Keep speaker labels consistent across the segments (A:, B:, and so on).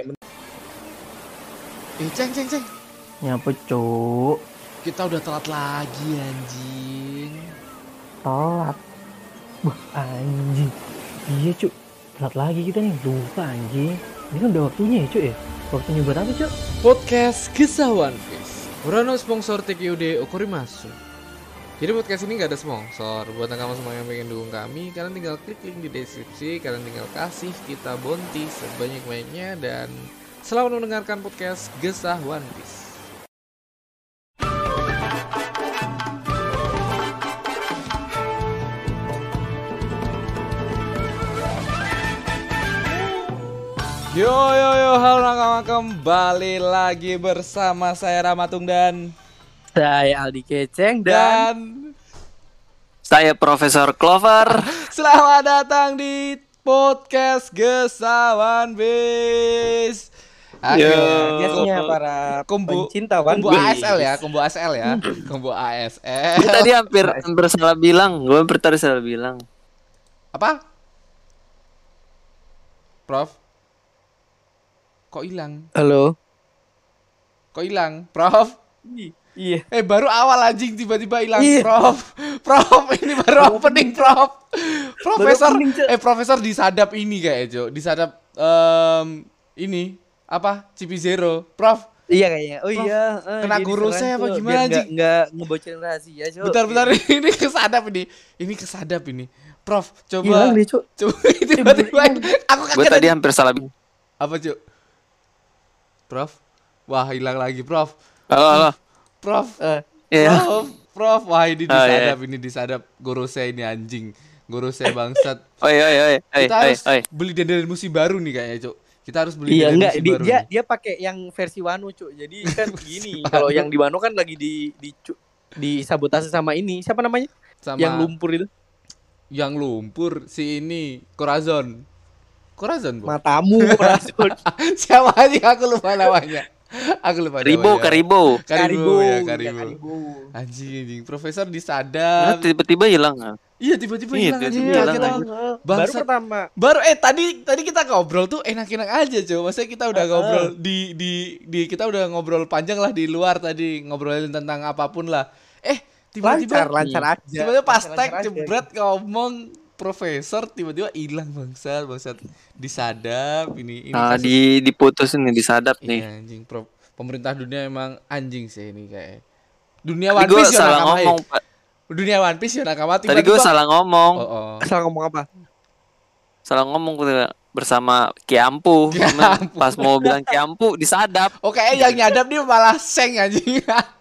A: Ceng.
B: Nyapa, Cuk?
A: Kita udah telat lagi, anjing.
B: Telat. Wah, anjing. Iya, Cuk. Telat lagi kita nih. Lupa, anjing. Ini kan udah waktunya ya, Cuk ya? Waktunya buat apa, Cuk?
A: Podcast Kisah One Piece. Urano sponsor TQD Okorimasu. Jadi podcast ini gak ada sponsor. Buat kamu semua yang pengen dukung kami, kalian tinggal klik link di deskripsi. Kalian tinggal kasih kita bounty sebanyak-banyaknya. Dan selamat mendengarkan podcast Kisah One Piece. Yo, halo nakama, kembali lagi bersama saya Ramatung dan
B: Saya Aldi Keceng dan
C: saya Profesor Clover.
A: selamat datang di podcast Gesawan Bis.
B: guestnya para pencinta One
A: Kombo
B: Piece.
A: ASL ya, kombo ASL ya, kombo ASL.
C: Gue tadi hampir salah bilang.
A: Apa? Prof? Kok hilang?
B: Halo.
A: Kok hilang? Prof?
B: Iya.
A: Baru awal anjing tiba-tiba hilang,
B: Iya.
A: Prof, ini baru opening, Prof. Profesor,
B: opening, Cok.
A: Profesor disadap ini kayak, Jo. Disadap ini apa? CP0. Prof,
B: Iya kayaknya. Oh
A: Prof,
B: iya.
A: kena
B: dia
A: guru
B: diserang,
A: saya apa
B: Cuk.
A: gimana,
B: Biar
A: anjing?
B: nggak ngebocorin rahasia, Cuk.
A: bentar ini kesadap ini. Ini kesadap ini. Prof, coba.
B: Hilang deh, Cuk.
A: Coba tiba-tiba aku
C: Gue
A: kaget.
C: tadi hampir salah bilang.
A: Apa, Cuk? Prof. Wah, hilang lagi, Prof.
C: Halo.
A: Prof.
C: Iya.
A: Prof, wah ini
C: Oh, iya.
A: disadap guru saya ini anjing. Guru saya bangsat.
C: Oi.
A: Kita harus beli dandan musim baru nih kayaknya, Cuk. Kita harus beli
B: Iya
A: dandan
B: enggak,
A: musim baru.
B: dia pakai yang versi Wano, Cuk. Jadi kan gini, kalau yang di Wano kan lagi di sabotase sama ini. Siapa namanya?
A: Sama
B: Yang lumpur itu.
A: Yang lumpur si ini Corazon, Bu.
B: Matamu, Rasul.
A: Siapa aja aku lupa namanya.
C: Karibo.
A: Karibo. Anjing. Profesor disadap.
C: Tiba-tiba hilang.
A: Iya, tiba-tiba hilang aja.
C: tiba-tiba hilang
A: Kita
C: aja.
B: Baru pertama.
A: Baru tadi kita ngobrol tuh enak-enak aja, Cuy. Maksudnya kita udah ngobrol di kita udah ngobrol panjang lah di luar tadi, ngobrolin tentang apapun lah. Tiba-tiba
B: lancar aja.
A: tiba-tiba pas
B: Lancar
A: tag
B: aja.
A: jebret ngomong Profesor tiba-tiba hilang bangsat disadap ini
C: Nah,
A: kasus.
C: diputusin nih, disadap nih.
A: Iya, anjing. Pemerintah dunia emang anjing sih ini kayak. Dunia One
C: Tadi gue
A: Piece ya
C: salah
A: nakama.
C: ngomong, Pak.
A: Dunia One Piece ya nakama
C: Tadi gue salah ngomong.
A: Oh.
B: Asal ngomong apa?
C: Salah ngomong bersama Kiampu. Cuman pas mau bilang Kiampu disadap.
A: Oke, yang nyadap dia malah seng anjing.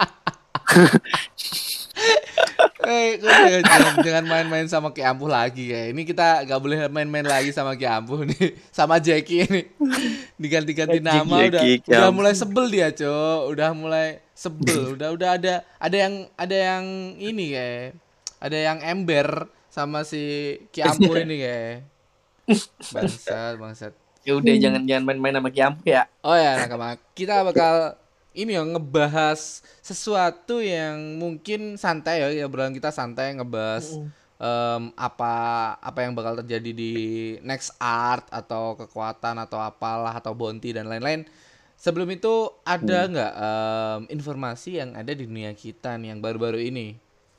A: Jangan main-main sama Ki Ampuh lagi kayak. Ini kita gak boleh main-main lagi sama Ki Ampuh nih. Sama Jackie ini. Diganti-ganti nama udah mulai sebel dia, Cok. Udah mulai sebel. Udah ada yang ini kayak. Ada yang ember sama si Ki Ampuh ini kayak. Bangsat.
B: Ya udah jangan main-main sama Kiampu ya.
A: Oh ya, nakama. Kita bakal ini ya ngebahas sesuatu yang mungkin santai ya obrolan kita santai ngebahas apa yang bakal terjadi di next art atau kekuatan atau apalah atau bounty dan lain-lain. Sebelum itu ada nggak informasi yang ada di dunia kita nih yang baru-baru ini?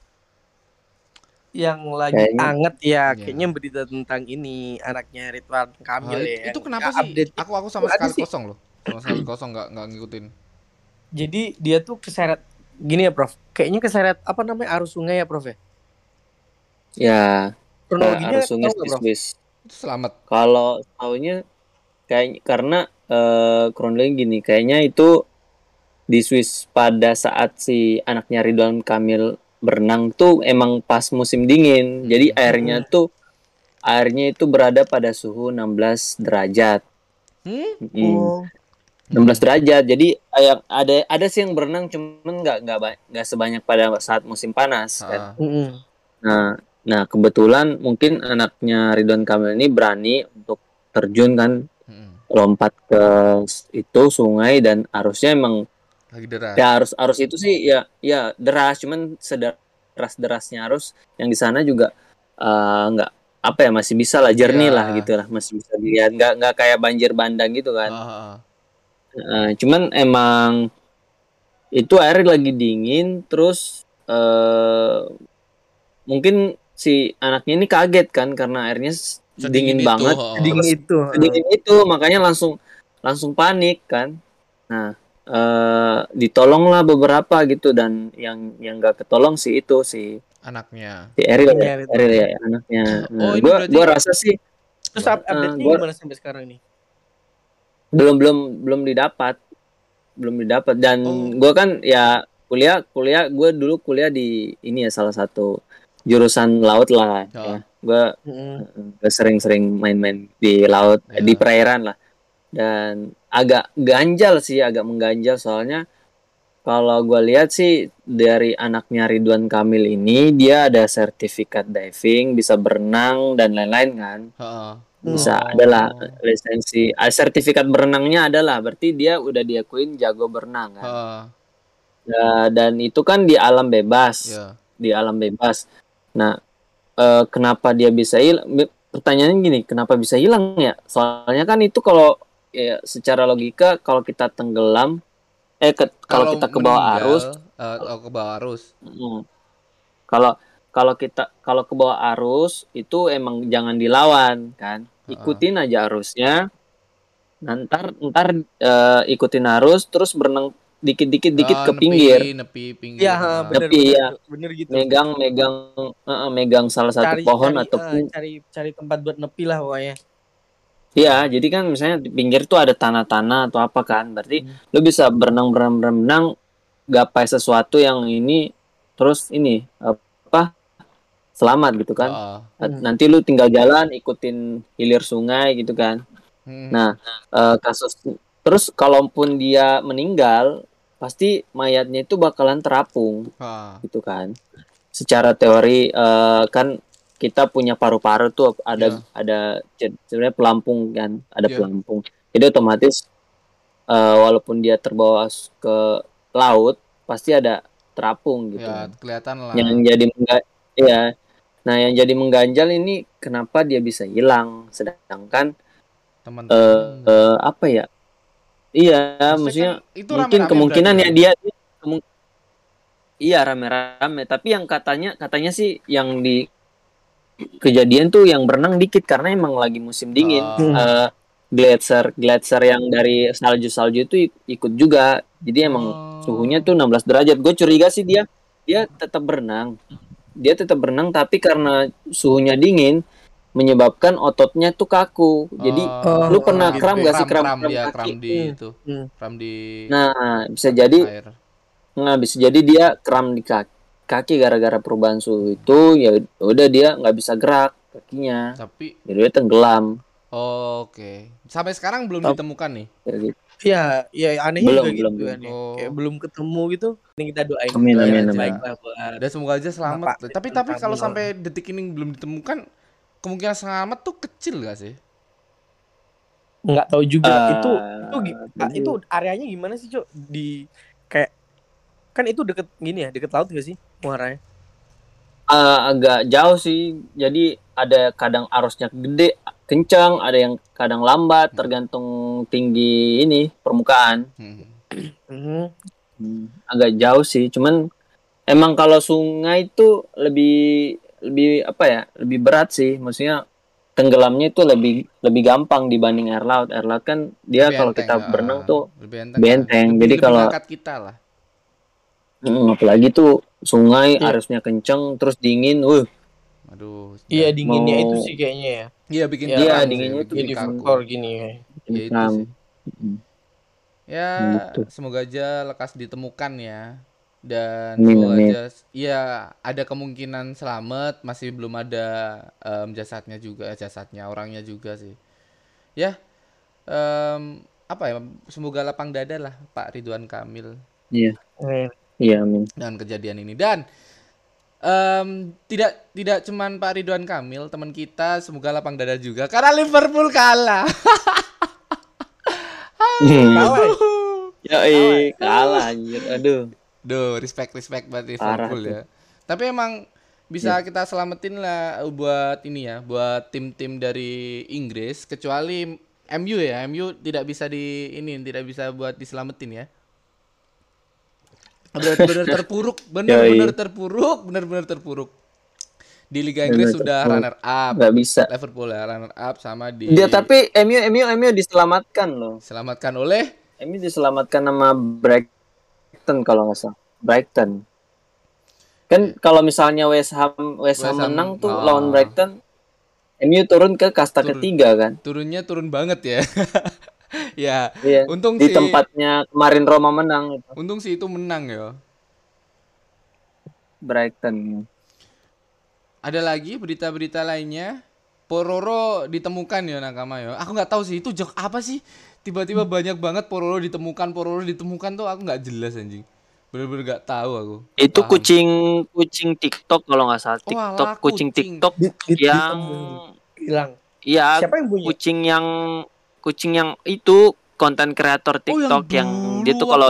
B: Yang lagi anget ya, kayaknya berita tentang ini anaknya Ridwan Kamil ya.
A: Itu kenapa sih?
B: Update.
A: Aku sama sekali kosong loh. Sama sekali kosong nggak ngikutin.
B: Jadi dia tuh keseret gini ya, Prof. Kayaknya keseret apa namanya arus sungai ya, Prof ya?
D: Ya,
B: Kronologinya
D: arus sungai
B: tahu nggak, Prof?
D: Swiss.
A: Itu selamat.
D: Kalau tahunya kayak karena kronologi gini, kayaknya itu di Swiss pada saat si anaknya Ridwan Kamil berenang tuh emang pas musim dingin. Jadi airnya itu berada pada suhu 16 derajat. 16 derajat. Jadi ada sih yang berenang cuman nggak sebanyak pada saat musim panas kan. Nah, kebetulan mungkin anaknya Ridwan Kamil ini berani untuk terjun kan, lompat ke itu sungai dan arusnya emang
A: lagi deras.
D: Ya arus itu sih ya deras, cuman sederas-derasnya arus yang di sana juga nggak apa ya, masih bisa lah jernih lah gitu lah, masih bisa dilihat, nggak kayak banjir bandang gitu kan. Cuman emang itu air lagi dingin, terus mungkin si anaknya ini kaget kan karena airnya dingin banget. Dingin itu makanya langsung panik kan. Nah, ditolonglah beberapa gitu, dan yang nggak ketolong si itu si
A: anaknya.
D: Si Eril ya anaknya. Nah,
A: ini berarti
D: gua rasa sih
E: terus update-nya gimana sampai sekarang ini?
D: belum didapat dan gue kan ya kuliah gue dulu kuliah di ini ya salah satu jurusan laut lah ya. Gue sering-sering main-main di laut, di perairan lah, dan agak mengganjal soalnya kalau gue lihat sih dari anaknya Ridwan Kamil ini, dia ada sertifikat diving, bisa berenang dan lain-lain kan. Bisa adalah lisensi, sertifikat berenangnya adalah, berarti dia udah diakuin jago berenang kan. Dan itu kan di alam bebas, Nah, kenapa dia bisa hilang? Pertanyaannya gini, kenapa bisa hilang ya? Soalnya kan itu kalau ya, secara logika kalau kita tenggelam, kalau kita ke bawah arus, kalau ke bawah arus itu emang jangan dilawan kan, ikutin aja arusnya. Ntar ikutin arus terus berenang dikit ke pinggir.
A: Nepi
E: Bener gitu.
D: Megang salah satu pohon ataupun
E: cari tempat buat nepi lah pokoknya.
D: Iya, jadi kan misalnya di pinggir tuh ada tanah-tanah atau apa kan, berarti lu bisa berenang, gapai sesuatu yang ini, terus ini selamat gitu kan. Nanti lu tinggal jalan, ikutin hilir sungai gitu kan. Nah, kasus terus kalaupun dia meninggal, pasti mayatnya itu bakalan terapung, gitu kan. Secara teori kan kita punya paru-paru tuh ada sebenarnya pelampung kan, ada pelampung. Jadi otomatis walaupun dia terbawa ke laut pasti ada terapung gitu.
A: Ya, kelihatan lah.
D: Yang jadi mengganjal ini kenapa dia bisa hilang, sedangkan apa ya? Iya, maksudnya
A: itu
D: mungkin kemungkinan ya dia iya rame-rame, tapi yang katanya sih yang di kejadian tuh yang berenang dikit karena emang lagi musim dingin. Gletser yang dari salju itu ikut juga. Jadi emang suhunya tuh 16 derajat. Gue curiga sih dia tetap berenang. Tapi karena suhunya dingin menyebabkan ototnya tuh kaku. Jadi lu pernah kram gak sih kram kaki?
A: Kram di
D: Nah, bisa jadi
A: air.
D: Nah, bisa jadi dia kram di kaki gara-gara perubahan suhu itu, ya udah dia nggak bisa gerak kakinya.
A: Tapi
D: jadi dia tenggelam.
A: Oke. Sampai sekarang belum ditemukan nih.
E: Iya, anehnya
D: belum,
E: juga gitu kan. Kayak belum ketemu gitu. Ini kita doain.
D: Amin.
A: Dan semoga aja selamat. Tapi kalau sampai detik ini belum ditemukan, kemungkinan selamat tuh kecil gak sih?
E: Nggak tahu juga. Itu areanya gimana sih, Cok? Di kayak kan itu deket gini ya, deket laut gak sih muaranya?
D: Agak jauh sih. Jadi ada kadang arusnya gede, kencang, ada yang kadang lambat, tergantung tinggi ini permukaan. Agak jauh sih. Cuman emang kalau sungai itu lebih apa ya? Lebih berat sih. Maksudnya tenggelamnya itu lebih gampang dibanding air laut. Air laut kan dia kalau kita berenang tuh benteng. Jadi kalau
A: kita lah.
D: Apalagi tuh sungai arusnya kenceng terus dingin,
A: Aduh.
E: Iya dinginnya itu sih kayaknya ya.
A: Iya bikin
D: dinginnya itu
E: jadi faktor gini ya.
A: Ya itu sih. Ya semoga aja lekas ditemukan ya. Dan semoga aja ya ada kemungkinan selamat, masih belum ada jasadnya orangnya juga sih. Ya apa ya, semoga lapang dada lah Pak Ridwan Kamil.
D: Iya, amin.
A: Dan kejadian ini dan tidak cuman Pak Ridwan Kamil, teman kita semoga lapang dada juga karena Liverpool kalah.
D: Kalah anjir.
A: Aduh, respect buat Liverpool ya. Tapi emang bisa kita selamatin lah buat ini ya, buat tim-tim dari Inggris, kecuali MU ya, MU tidak bisa tidak bisa buat diselamatin ya. Benar-benar terpuruk, benar-benar terpuruk. Di Liga Inggris sudah runner up.
D: Nggak bisa.
A: Liverpool ya runner up sama di.
D: Dia tapi MU diselamatkan loh.
A: Diselamatkan oleh.
D: MU diselamatkan sama Brighton kalau nggak salah. Brighton. Kan kalau misalnya West Ham menang tuh lawan Brighton, MU turun ke kasta ketiga kan.
A: Turunnya turun banget ya. Ya.
D: Iya.
A: Untung
D: di tempatnya kemarin Roma menang.
A: Untung sih itu menang ya.
D: Brighton.
A: Ada lagi berita-berita lainnya. Pororo ditemukan ya nakama ya. Aku nggak tahu sih itu jok apa sih. Tiba-tiba banyak banget Pororo ditemukan tuh aku nggak jelas anjing. Bener-bener nggak tahu aku.
C: Itu kucing TikTok kalau nggak salah. Kucing TikTok yang
E: hilang.
C: Iya.
E: Siapa yang punya?
C: Kucing yang itu konten kreator TikTok yang dia tuh kalau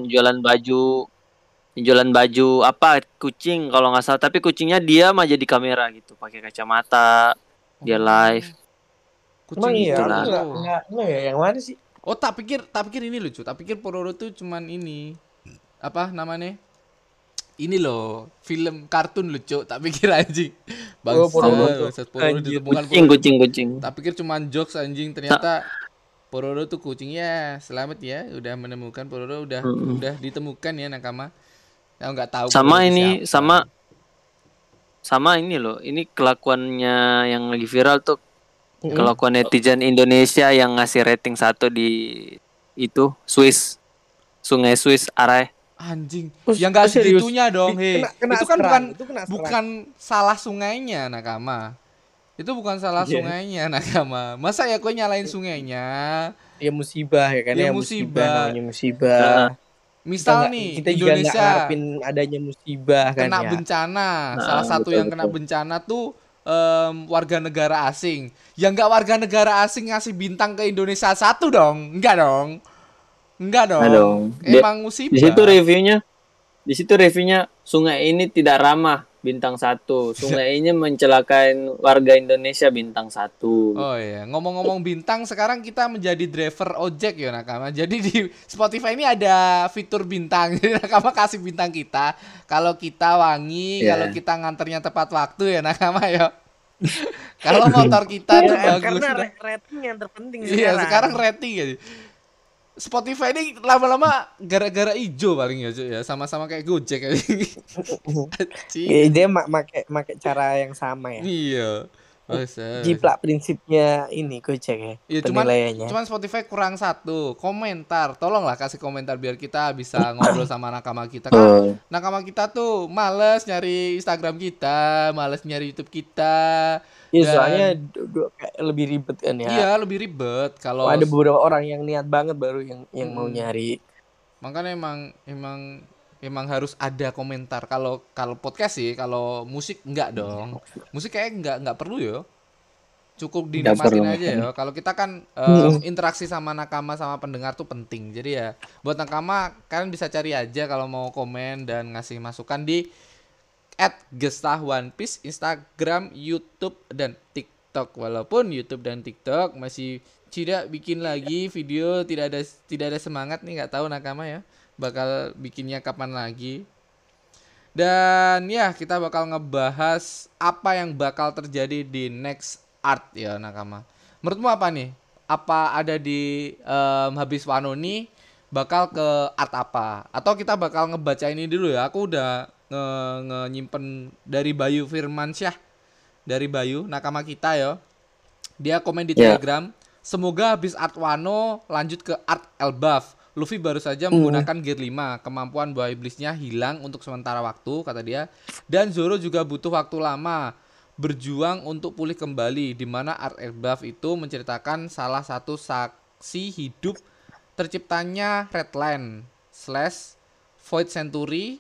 C: jualan baju apa kucing kalau nggak salah, tapi kucingnya dia aja di kamera gitu pakai kacamata, dia live.
E: Kucing itu enggak ya, yang mana sih?
A: Oh, tak pikir ini lucu. Tak pikir Pororo tuh cuman ini. Apa namanya? Ini loh, film kartun lucu. Tak pikir anjing. Pororo ditemukan
C: kucing.
A: Tak pikir cuman jokes anjing, ternyata Pororo tuh kucingnya selamat ya, udah menemukan Pororo udah ditemukan ya nakama. Yang nggak tahu. Sama ini loh, ini kelakuannya yang lagi viral tuh. Kelakuan netizen Indonesia yang ngasih rating 1 di itu Sungai Swiss Arai. Anjing. Yang enggak segitunya dong, itu kan bukan salah sungainya nakama. Itu bukan salah sungainya nakama. Masa ya kau nyalain sungainya?
E: Ya musibah ya kan, namanya musibah.
A: Misal nih
E: kita
A: Indonesia
E: juga ngarepin adanya musibah kan
A: kena bencana. Salah satu yang kena bencana tuh warga negara asing. Yang enggak warga negara asing ngasih bintang ke Indonesia 1 dong. Enggak dong. Emang musibah.
D: Di situ reviewnya sungai ini tidak ramah bintang 1. Sungai ini mencelakai warga Indonesia bintang 1.
A: Oh iya, ngomong-ngomong bintang, sekarang kita menjadi driver ojek ya nakama. Jadi di Spotify ini ada fitur bintang. Jadi nakama kasih bintang kita kalau kita wangi, kalau kita nganternya tepat waktu ya nakama ya. Kalau motor kita tuh bagus.
E: Karena rating yang terpenting sekarang.
A: Iya, sekarang rating ya. Spotify ini lama-lama gara-gara ijo paling ya, sama-sama kayak Gojek aja.
E: Dia make cara yang sama ya.
A: Iya.
E: Jiplak prinsipnya ini Gojek ya.
A: Iya, cuman Spotify kurang 1 komentar. Tolonglah kasih komentar biar kita bisa ngobrol sama nakama kita kan. Nakama kita tuh males nyari Instagram kita, males nyari YouTube kita.
E: Iya, soalnya lebih ribet kan ya.
A: Iya, lebih ribet kalau
E: ada beberapa orang yang niat banget baru yang mau nyari.
A: Makanya emang harus ada komentar. Kalau podcast sih, kalau musik enggak dong. Musik kayak enggak perlu ya. Cukup dinikmatin aja ya. Kalau kita kan interaksi sama nakama sama pendengar tuh penting. Jadi ya buat nakama kalian bisa cari aja kalau mau komen dan ngasih masukan di @gestahOnePiece, Instagram, YouTube, dan TikTok. Walaupun YouTube dan TikTok masih tidak bikin lagi video, tidak ada semangat nih, nggak tahu nakama ya bakal bikinnya kapan lagi. Dan ya kita bakal ngebahas apa yang bakal terjadi di next art ya nakama. Menurutmu apa nih? Apa ada di habis Wano nih bakal ke art apa? Atau kita bakal ngebaca ini dulu ya. Aku udah nyimpen dari Bayu Firmansyah, dari Bayu nakama kita ya. Dia komen di Telegram, semoga habis art Wano lanjut ke art Elbaf. Luffy baru saja menggunakan gear 5, kemampuan buah iblisnya hilang untuk sementara waktu kata dia, dan Zoro juga butuh waktu lama berjuang untuk pulih kembali, di mana art Elbaf itu menceritakan salah satu saksi hidup terciptanya Redline / Void Century.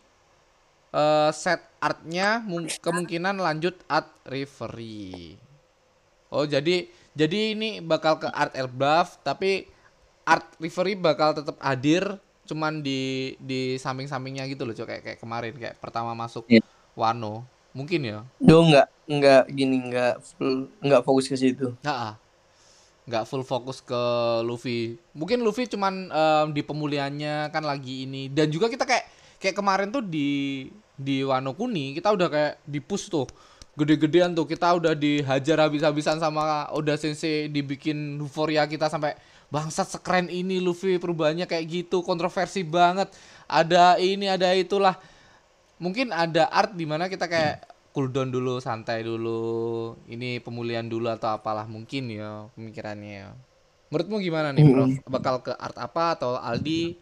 A: Set artnya kemungkinan lanjut art Reverie. Oh jadi ini bakal ke art Elbaf, tapi art Reverie bakal tetap hadir, cuman di samping-sampingnya gitu loh, kayak kemarin kayak pertama masuk Wano mungkin ya.
E: Enggak fokus ke situ.
A: nggak full fokus ke Luffy. Mungkin Luffy cuman di pemulihannya kan lagi ini, dan juga kita kayak kemarin tuh di Wano Kuni kita udah kayak di push tuh gede-gedean tuh, kita udah dihajar habis-habisan sama Oda Sensei, dibikin euforia kita sampai bangsat sekeren ini Luffy, perubahannya kayak gitu, kontroversi banget, ada ini ada itulah. Mungkin ada art di mana kita kayak cooldown dulu, santai dulu, ini pemulihan dulu atau apalah mungkin ya pemikirannya ya. Menurutmu gimana nih Prof? Bakal ke art apa atau Aldi?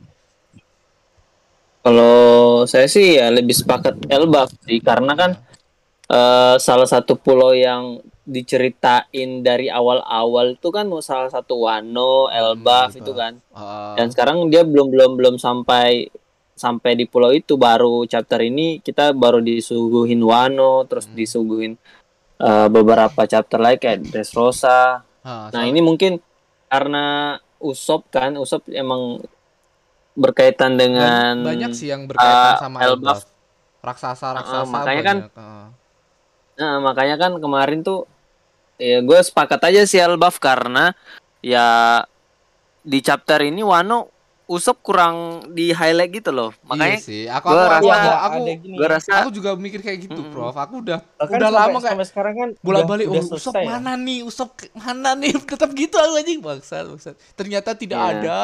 D: Kalau saya sih ya lebih sepakat Elbaf sih, karena kan salah satu pulau yang diceritain dari awal-awal itu kan salah satu Wano, Elbaf itu kan. Dan sekarang dia belum sampai di pulau itu, baru chapter ini kita baru disuguhin Wano, terus disuguhin beberapa chapter lain kayak Dressrosa. Nah, ini mungkin karena Usopp emang berkaitan dengan
A: banyak sih yang berkaitan sama
D: Elbaf.
A: Raksasa
D: makanya banyak. Makanya kan kemarin tuh ya gue sepakat aja sih Elbaf, karena ya di chapter ini Wano Usopp kurang di highlight gitu loh. Makanya
A: iya sih. Aku juga mikir kayak gitu, Prof. Aku udah lama kayak
E: sampai sekarang kan
A: bolak-balik Usopp ya? Mana nih? Usopp mana nih? Tetap gitu aku anjing, bangsat. Ternyata tidak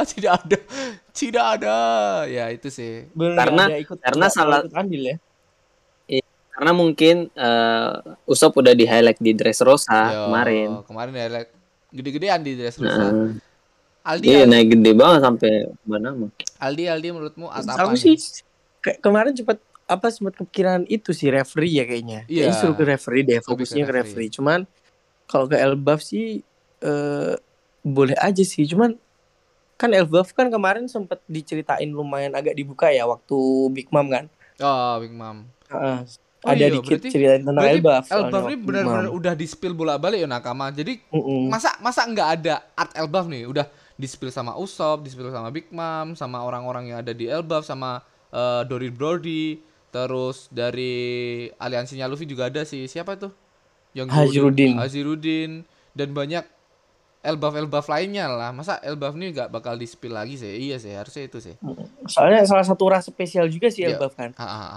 A: ada. Ya itu sih.
D: Karena salah andil ya. Karena mungkin Usopp udah di highlight di Dressrosa kemarin.
A: Kemarin highlight gede-gedean di Dressrosa. Aldi,
D: iya, naik gede banget sampai mana?
A: Aldi menurutmu apa
E: aku
A: nih?
E: Sih kemarin sempat kepikiran itu sih referee ya kayaknya. Kayaknya suruh ke referee deh, fokusnya ke referee. Cuman kalau ke Elbaf sih boleh aja sih. Cuman kan Elbaf kan kemarin sempat diceritain lumayan agak dibuka ya waktu Big Mom kan.
A: Oh, Big Mom.
E: Ada dikit ceritain tentang Elbaf.
A: Elbaf ini benar-benar udah di-spill bolak-balik ya Nakama. Jadi masa nggak ada art Elbaf nih? Udah di-spill sama Usopp, di-spill sama Big Mom, sama orang-orang yang ada di Elbaf, sama Dory Brody, terus dari aliansinya Luffy juga ada sih. Siapa tuh? Yang Hazirudin dan banyak Elbaf lainnya lah. Masa Elbaf ini nggak bakal di-spill lagi sih? Iya sih, harusnya itu sih.
E: Soalnya salah satu ras spesial juga sih Elbaf kan.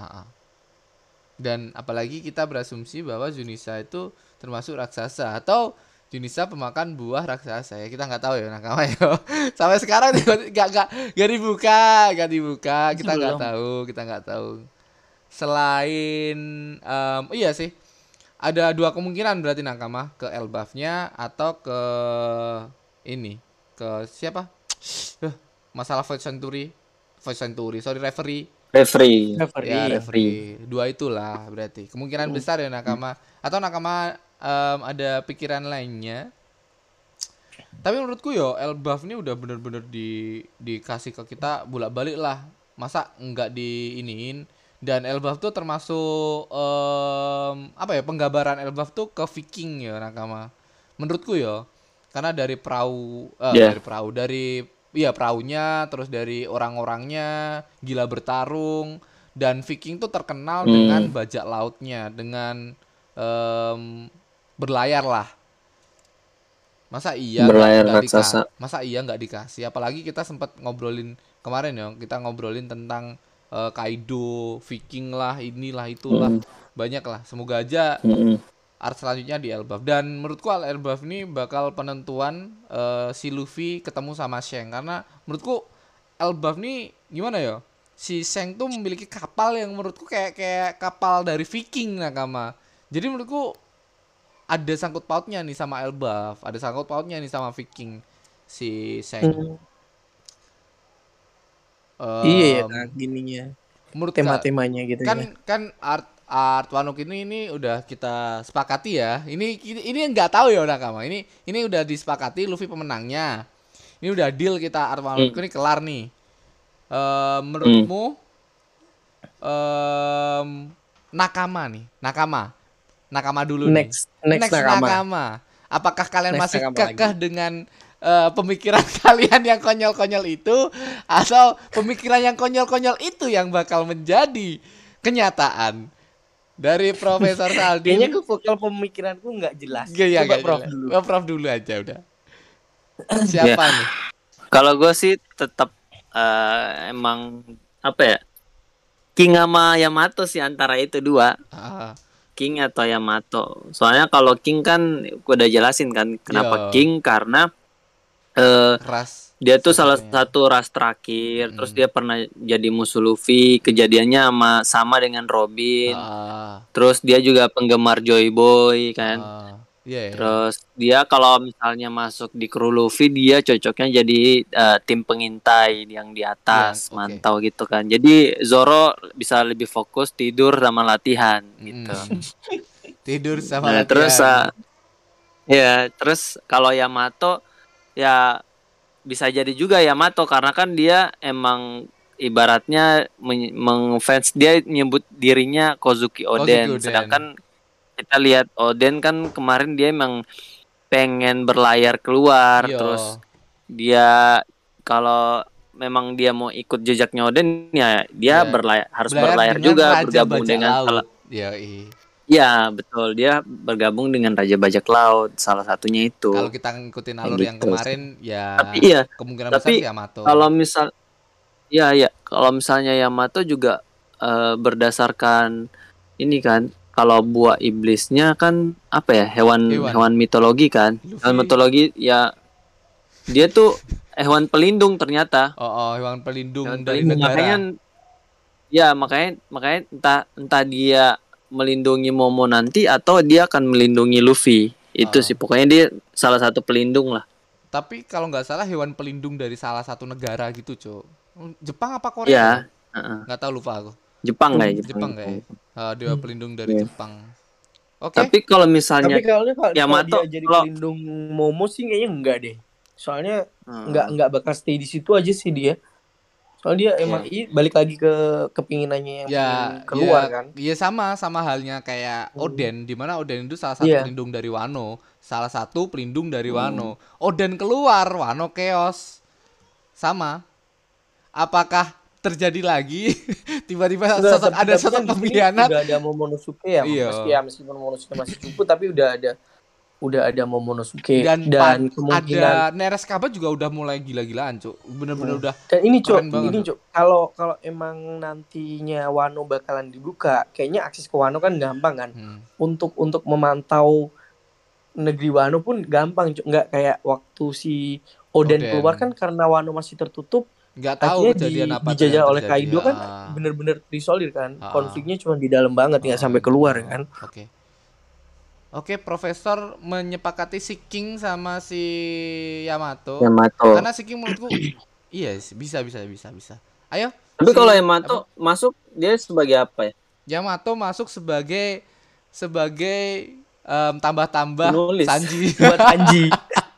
A: Dan apalagi kita berasumsi bahwa Junisa itu termasuk raksasa atau Junisa pemakan buah raksasa ya, kita nggak tahu ya Nakama ya. Sampai sekarang nggak dibuka, kita nggak tahu. Selain iya sih, ada dua kemungkinan berarti Nakama, ke Elbafnya atau ke ini, ke siapa? Masalah referee. Ya, referee. Dua itulah berarti kemungkinan besar ya Nakama. Atau Nakama ada pikiran lainnya. Tapi menurutku yo Elbaf ini udah bener-bener dikasih ke kita bolak-balik lah. Masa enggak diiniin. Dan Elbaf tuh termasuk penggambaran Elbaf tuh ke Viking ya Nakama. Menurutku yo. Karena dari perahunya, terus dari orang-orangnya gila bertarung, dan Viking tuh terkenal dengan bajak lautnya, dengan berlayar lah. Masa iya nggak dikasih? Apalagi kita sempat ngobrolin kemarin ya, kita ngobrolin tentang Kaido, Viking lah, inilah itulah, banyak lah. Semoga aja art selanjutnya di Elbaf. Dan menurutku Elbaf ini bakal penentuan si Luffy ketemu sama Shanks, karena menurutku Elbaf ini gimana ya? Si Shanks tuh memiliki kapal yang menurutku kayak kapal dari Viking Nakama. Jadi menurutku ada sangkut pautnya nih sama Elbaf, ada sangkut pautnya nih sama Viking si Shanks.
E: Iya ya gininya.
A: Menurut
E: tema-temanya gitu
A: kan art Wano Kuni ini udah kita sepakati ya. Ini nggak tahu ya Nakama. Ini udah disepakati Luffy pemenangnya. Ini udah deal kita art Wano Kuni kelar nih. Menurutmu Nakama dulu
E: next
A: Nakama. Apakah kalian masih kekeh dengan pemikiran kalian yang konyol-konyol itu, atau pemikiran yang konyol-konyol itu yang bakal menjadi kenyataan? Dari Profesor Saldi.
E: Kayaknya vokal pemikiranku nggak jelas.
A: Coba Prof dulu aja udah. Siapa nih?
C: Kalau gue sih tetap emang apa ya, King sama Yamato sih, antara itu dua. King atau Yamato. Soalnya kalau King kan udah jelasin kan kenapa King, karena
A: ras.
C: Dia tuh salah satu ras terakhir. Terus dia pernah jadi musuh Luffy. Kejadiannya sama dengan Robin. Terus dia juga penggemar Joy Boy kan. Terus dia kalau misalnya masuk di kru Luffy, dia cocoknya jadi tim pengintai yang di atas, mantau gitu kan. Jadi Zoro bisa lebih fokus tidur sama latihan gitu.
A: Tidur sama latihan.
C: Terus terus kalau Yamato ya bisa jadi juga Yamato, karena kan dia emang ibaratnya mengfans, dia nyebut dirinya Kozuki Oden. Sedangkan kita lihat Oden kan kemarin dia emang pengen berlayar keluar. Terus dia kalau memang dia mau ikut jejaknya Oden ya dia harus berlayar juga, bergabung dengan Iya betul, dia bergabung dengan Raja Bajak Laut, salah satunya itu.
A: Kalau kita ngikutin alur yang kemarin ya kemungkinan besar Yamato.
C: Kalau misalnya Yamato juga berdasarkan ini kan, kalau buah iblisnya kan apa ya, hewan mitologi kan. Hewan mitologi ya, dia tuh hewan pelindung ternyata.
A: Hewan pelindung dari negara.
C: Makanya entah dia melindungi Momo nanti atau dia akan melindungi Luffy. Itu sih pokoknya dia salah satu pelindung lah.
A: Tapi kalau nggak salah hewan pelindung dari salah satu negara gitu, Cok. Jepang apa Korea? Nggak tahu, lupa aku.
C: Jepang kayak
A: dia pelindung dari Jepang.
C: Tapi kalau misalnya
E: Yamato dia jadi pelindung Momo sih kayaknya enggak deh. Soalnya enggak bakal stay di situ aja sih dia. Soalnya dia emang balik lagi ke kepinginannya yang keluar kan.
A: Iya, sama halnya kayak Oden, di mana Oden itu salah satu pelindung dari Wano, salah satu pelindung dari Wano. Oden keluar, Wano chaos. Sama. Apakah terjadi lagi tiba-tiba ada sosok pengkhianat?
E: Udah ada Momonosuke ya, meskipun Momonosuke masih cupu, tapi udah ada Momonosuke dan
A: kemungkinan ada Nereskaba juga udah mulai gila-gilaan, Cuk. Bener-bener udah.
E: Dan ini, Cuk, kalau emang nantinya Wano bakalan dibuka, kayaknya akses ke Wano kan gampang kan. Untuk memantau negeri Wano pun gampang, Cuk. Nggak kayak waktu si Oden keluar kan, karena Wano masih tertutup.
A: Nggak tahu kejadian apa
E: dijajah oleh Kaido kan, bener-bener disolir kan. Konfliknya cuma di dalam banget, nggak sampai keluar kan.
A: Oke, Profesor menyepakati si King sama si Yamato. Karena si King menurutku iya bisa. Ayo.
C: Tapi kalau Yamato masuk dia sebagai apa ya?
A: Yamato masuk sebagai tambah-tambah Sanji.
E: Buat Sanji.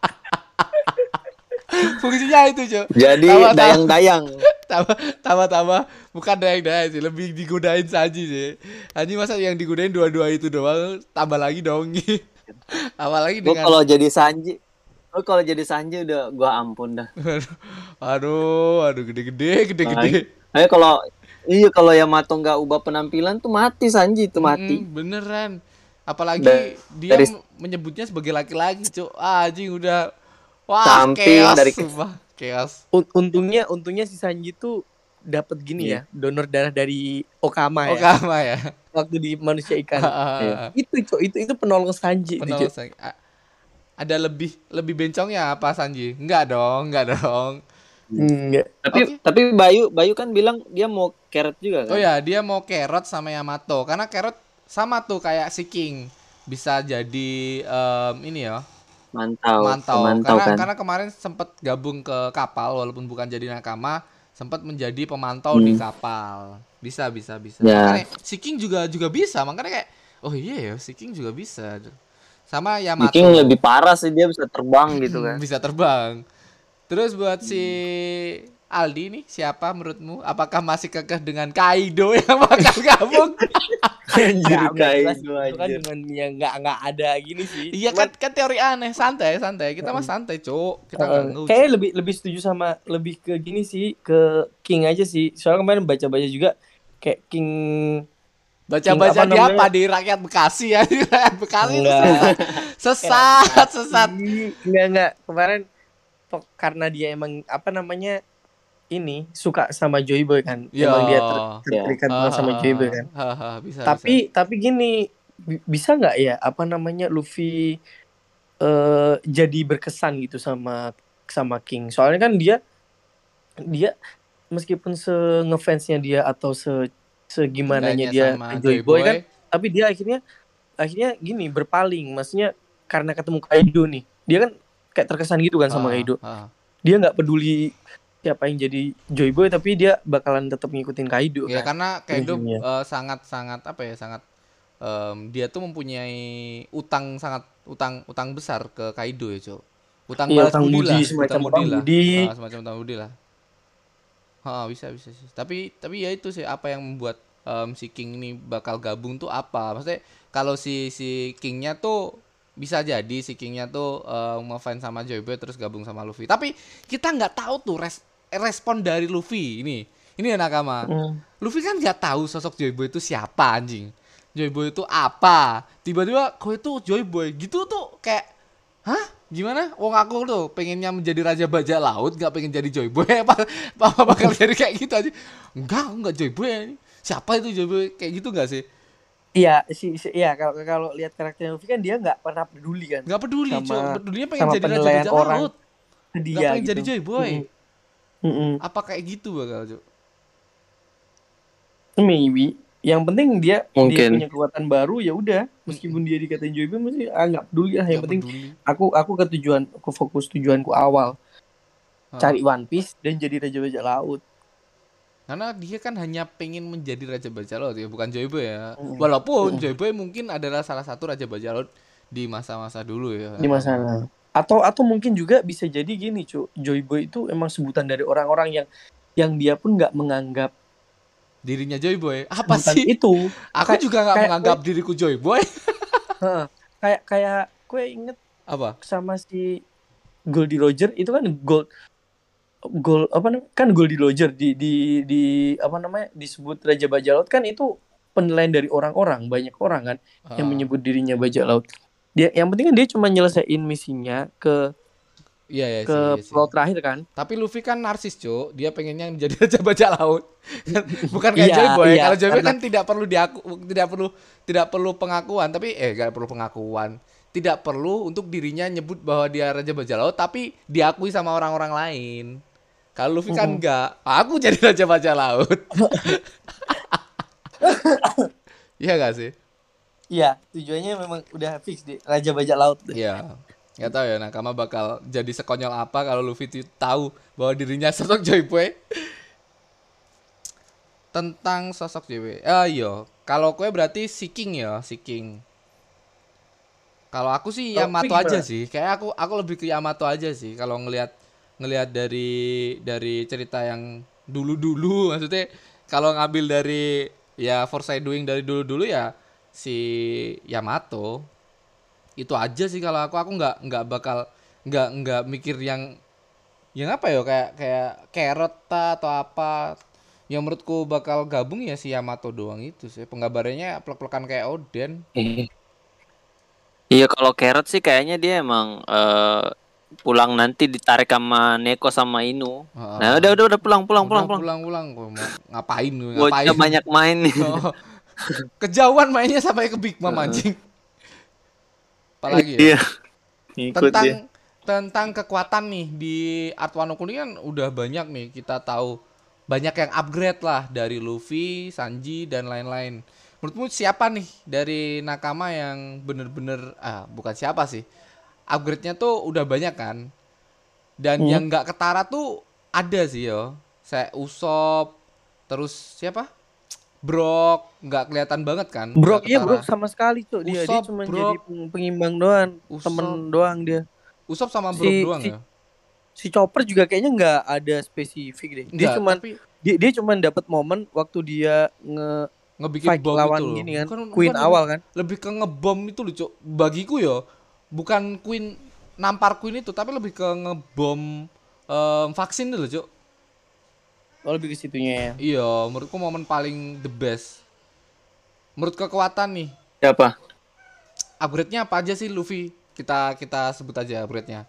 A: Fungsinya itu, Cok.
C: Jadi dayang-dayang.
A: Tambah bukan dayang-dayang sih, lebih digodain Sanji sih. Sanji masa yang digodain dua-dua itu doang, tambah lagi dong. Apalagi dengan
C: kalau jadi Sanji udah gua ampun dah.
A: Aduh, gede.
C: Ayo kalau Yamato nggak ubah penampilan tuh mati Sanji, itu mati.
A: Beneran. Apalagi dia menyebutnya sebagai laki-laki, Cok. Anjing udah. Wah, chaos.
E: Untungnya si Sanji tuh dapat gini ya, donor darah dari Okama
A: ya.
E: Waktu di manusia ikan. Itu penolong Sanji.
A: Ada lebih bencongnya apa Sanji? Enggak dong.
E: Enggak.
C: Tapi Bayu kan bilang dia mau Carrot juga kan?
A: Oh ya, dia mau Carrot sama Yamato. Karena Carrot sama tuh kayak si King. Bisa jadi ini ya. Mantau kan? Karena kemarin sempat gabung ke kapal walaupun bukan jadi nakama, sempat menjadi pemantau di kapal. Bisa.
C: Ya.
A: Makanya si King juga bisa, makanya kayak oh iya ya, si King juga bisa. Sama Yamato.
C: King lebih parah sih, dia bisa terbang gitu kan.
A: Bisa terbang. Terus buat si Aldi nih, siapa menurutmu? Apakah masih kekeh dengan Kaido yang bakal gabung?
E: Anjir, Kaido itu kan cuman yang nggak ada gini sih.
A: Iya kan teori aneh, santai. Kita mah santai, Cuk. Kita
E: kayak lebih setuju sama lebih ke gini sih, ke King aja sih. Soalnya kemarin baca-baca juga kayak King
A: baca-baca di apa di rakyat Bekasi ya, di rakyat Bekasi sesat.
E: Enggak. Kemarin karena dia emang apa namanya ini suka sama Joy Boy kan. Emang dia terikat sama Joy Boy kan.
A: Bisa,
E: tapi gini, bisa nggak ya apa namanya Luffy jadi berkesan gitu sama King. Soalnya kan dia meskipun ngefansnya dia atau segimananya dia Joy Boy kan, tapi dia akhirnya gini berpaling. Maksudnya karena ketemu Kaido nih, dia kan kayak terkesan gitu kan sama Kaido. Dia nggak peduli siapa yang jadi Joy Boy, tapi dia bakalan tetap ngikutin Kaido.
A: Ya kan? Karena Kaido sangat apa ya, dia tuh mempunyai utang besar ke Kaido ya, Cok. Utang budi semacam utang budi lah. Bisa sih. Tapi ya itu sih apa yang membuat si King ini bakal gabung tuh apa? Maksudnya kalau si Kingnya tuh bisa jadi si Kingnya tuh ngefans sama Joy Boy terus gabung sama Luffy. Tapi kita nggak tahu tuh respon dari Luffy ini ya Nakama. Luffy kan nggak tahu sosok Joy Boy itu siapa anjing. Joy Boy itu apa? Tiba-tiba kok itu Joy Boy gitu tuh kayak, hah? Gimana? Wong aku tuh pengennya menjadi raja bajak laut, nggak pengen jadi Joy Boy apa bakal jadi kayak gitu aja? Enggak Joy Boy. Siapa itu Joy Boy? Kayak gitu nggak sih?
E: Iya iya kalau lihat karakter Luffy kan dia nggak pernah peduli kan.
A: Nggak peduli, pedulinya pengen jadi raja bajak laut. Nggak pengen gitu. Jadi Joy Boy. Apa kayak gitu bakal, Cuk?
E: Maybe. Yang penting dia punya kekuatan baru, ya udah. Meskipun dia dikatain Joy Boy masih nggak peduli lah. Yang penting aku fokus tujuanku awal. Cari One Piece dan jadi raja bajak laut.
A: Karena dia kan hanya pengen menjadi raja bajak laut ya, bukan Joy Boy ya. Walaupun Joy Boy mungkin adalah salah satu raja bajak laut di masa-masa dulu ya.
E: Di masa atau mungkin juga bisa jadi gini, Cuk. Joy Boy itu emang sebutan dari orang-orang yang dia pun nggak menganggap
A: dirinya Joy Boy. Apa sih
E: itu?
A: Aku juga nggak menganggap diriku Joy Boy.
E: kayak gue inget
A: apa
E: sama si Goldie Roger itu kan Gold apa namanya kan Goldie Roger di apa namanya disebut raja bajak laut kan, itu penilaian dari orang-orang, banyak orang kan yang menyebut dirinya bajak laut. Dia yang penting kan dia cuma nyelesain misinya ke pulau terakhir kan.
A: Tapi Luffy kan narsis, Cuk. Dia pengennya menjadi raja bajak laut. Bukan kayak Joy Boy. Kalau Joy Boy kan tidak perlu pengakuan, tapi enggak perlu pengakuan. Tidak perlu untuk dirinya nyebut bahwa dia raja bajak laut, tapi diakui sama orang-orang lain. Kalau Luffy kan enggak. Aku jadi raja bajak laut. Iya enggak sih?
E: Iya, tujuannya memang udah fix di raja bajak laut.
A: Iya. Nggak tahu ya, Nakama bakal jadi sekonyol apa kalau Luffy tahu bahwa dirinya sosok Joy Boy. Tentang sosok Joy Boy. Iya, kalau gue berarti si King ya, si King. Kalau aku sih Yamato aja sih. Kayak aku lebih ke Yamato aja sih kalau ngelihat dari cerita yang dulu-dulu, maksudnya kalau ngambil dari ya foreshadowing dari dulu-dulu ya si Yamato. Itu aja sih kalau aku nggak bakal nggak mikir yang apa ya kayak Carrot atau apa. Yang menurutku bakal gabung ya si Yamato doang itu sih. Penggambarannya plek-plekan kayak Oden.
C: Iya, kalau Carrot sih kayaknya dia emang pulang nanti ditarik sama Neko sama Inu. Nah, udah pulang.
A: Pulang. Ngapain?
C: Bocah banyak main nih.
A: Kejauhan mainnya sampai ke Big Mom anjing. Apalagi ya. Tentang kekuatan nih di Art Wano Kuni kan udah banyak nih, kita tahu banyak yang upgrade lah dari Luffy, Sanji dan lain-lain. Menurutmu siapa nih dari Nakama yang bener-bener bukan siapa sih, upgrade-nya tuh udah banyak kan? Dan yang nggak ketara tuh ada sih yo. Saya Usopp, terus siapa? Brock nggak kelihatan banget kan?
E: Brock sama sekali tuh dia cuma jadi pengimbang doang, temen doang dia.
A: Usopp sama Brock doang ya.
E: Si Chopper juga kayaknya nggak ada spesifik deh. Dia cuma dapat momen waktu dia
A: ngebikin bom
E: lawan
A: itu loh.
E: Gini kan. Queen awal kan.
A: Lebih ke ngebom itu loh, Cuk. Bagiku ya bukan Queen nampar Queen itu, tapi lebih ke ngebom vaksin itu loh, Cuk.
E: Lebih ke situnya ya.
A: Iya, menurutku momen paling the best. Menurut kekuatan nih.
C: Siapa?
A: Upgrade-nya apa aja sih Luffy? Kita sebut aja upgrade-nya.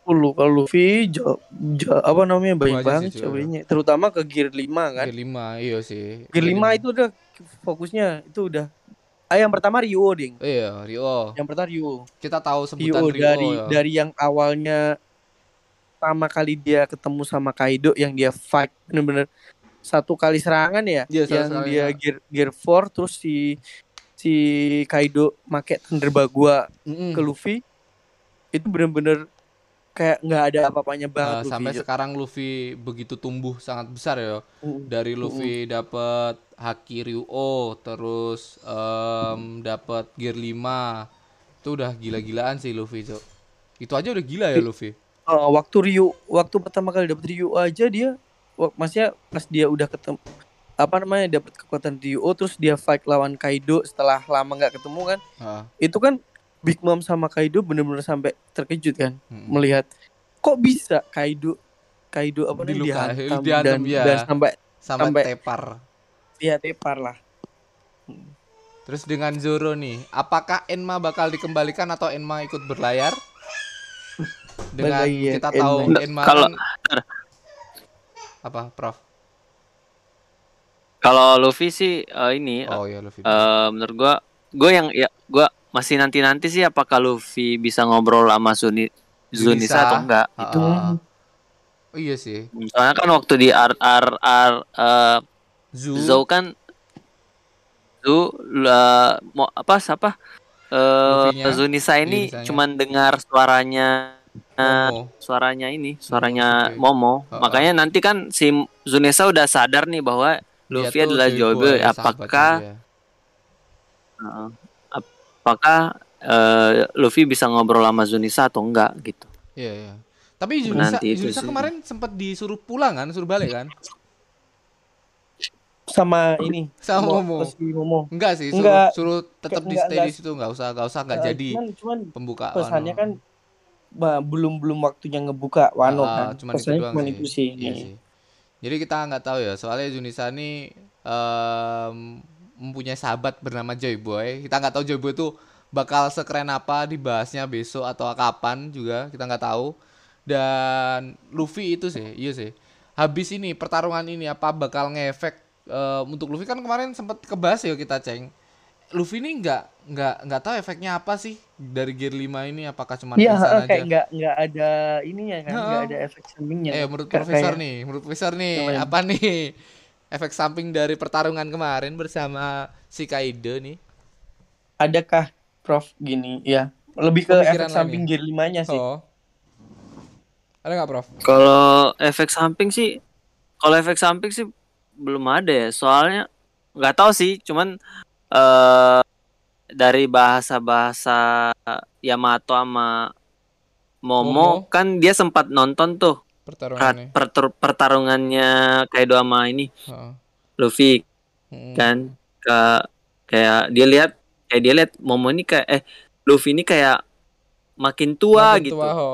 E: Kalau Luffy apa namanya banyak
A: Itu aja
E: banget
A: sih,
E: ceweknya, terutama ke Gear 5 kan.
A: Gear 5 iya sih.
E: Gear 5 itu udah fokusnya itu udah. Yang pertama Ryo, Ding.
A: Iya, Ryo.
E: Yang pertama Ryo.
A: Kita tahu sebutan Ryo ya.
E: Dari yang awalnya pertama kali dia ketemu sama Kaido yang dia fight bener-bener satu kali serangan ya, yang dia gear 4 terus si Kaido make Thunder Bagua ke Luffy. Itu bener-bener kayak nggak ada apa-apanya banget Luffy.
A: Sampai sekarang Luffy begitu tumbuh sangat besar ya. Dari Luffy dapat Haki Ryo, terus dapat Gear 5. Itu udah gila-gilaan sih Luffy, Cok. Itu aja udah gila ya Luffy.
E: Waktu pertama kali dapat Ryo aja dia, maksudnya pas dia udah ketemu dapat kekuatan Ryo, terus dia fight lawan Kaido setelah lama nggak ketemu kan. Itu kan Big Mom sama Kaido bener-bener sampai terkejut kan, melihat kok bisa Kaido apa namanya dihantam dan sampai
A: tepar.
E: Iya, tepar lah.
A: Terus dengan Zoro nih, apakah Enma bakal dikembalikan atau Enma ikut berlayar? Dengan kita tahu Enma
C: kalau
A: apa, Prof?
C: Kalau Luffy sih ini
A: Luffy.
C: Menurut gue masih nanti sih apakah Luffy bisa ngobrol sama Zunisa atau enggak gitu.
A: Iya sih.
C: Soalnya kan waktu di Zou kan Zunisa ini cuman dengar suaranya Momo. Makanya nanti kan si Zunisa udah sadar nih bahwa Luffy adalah Joyboy. Apakah Luffy bisa ngobrol sama Zunisa atau enggak gitu.
A: Iya. Tapi Zunisa kemarin sempat disuruh pulang kan, suruh balik kan?
E: Sama Momo.
A: Enggak sih, suruh tetap di stay di situ, enggak usah jadi pembuka
E: pesannya Wano. Kan belum waktunya ngebuka Wano kan. Pesannya cuma itu sih.
A: Iya sih. Jadi kita nggak tahu ya, soalnya Zunisa ini mempunyai sahabat bernama Joyboy. Kita nggak tahu Joyboy itu bakal sekeren apa dibahasnya besok atau kapan juga, kita nggak tahu. Dan Luffy itu sih, iya sih. Habis ini pertarungan ini apa bakal ngefek untuk Luffy kan kemarin sempat kebahas ya kita ceng. Luffy ini nggak tahu efeknya apa sih dari Gear 5 ini, apakah cuma pingsan aja?
E: Kayak nggak ada ininya kan, nggak ada efek sampingnya.
A: Menurut Profesor nih, apa nih efek samping dari pertarungan kemarin bersama si Kaido nih?
E: Adakah Prof gini ya? Lebih ke efek samping Gear 5-nya sih.
A: Ada nggak Prof?
C: Kalau efek samping sih belum ada ya. Soalnya nggak tahu sih, cuman dari bahasa Yamato sama Momo kan dia sempat nonton tuh pertarungannya Kaido sama ini Luffy kan, kayak dia lihat Momo ini Luffy ini kayak makin tua gitu.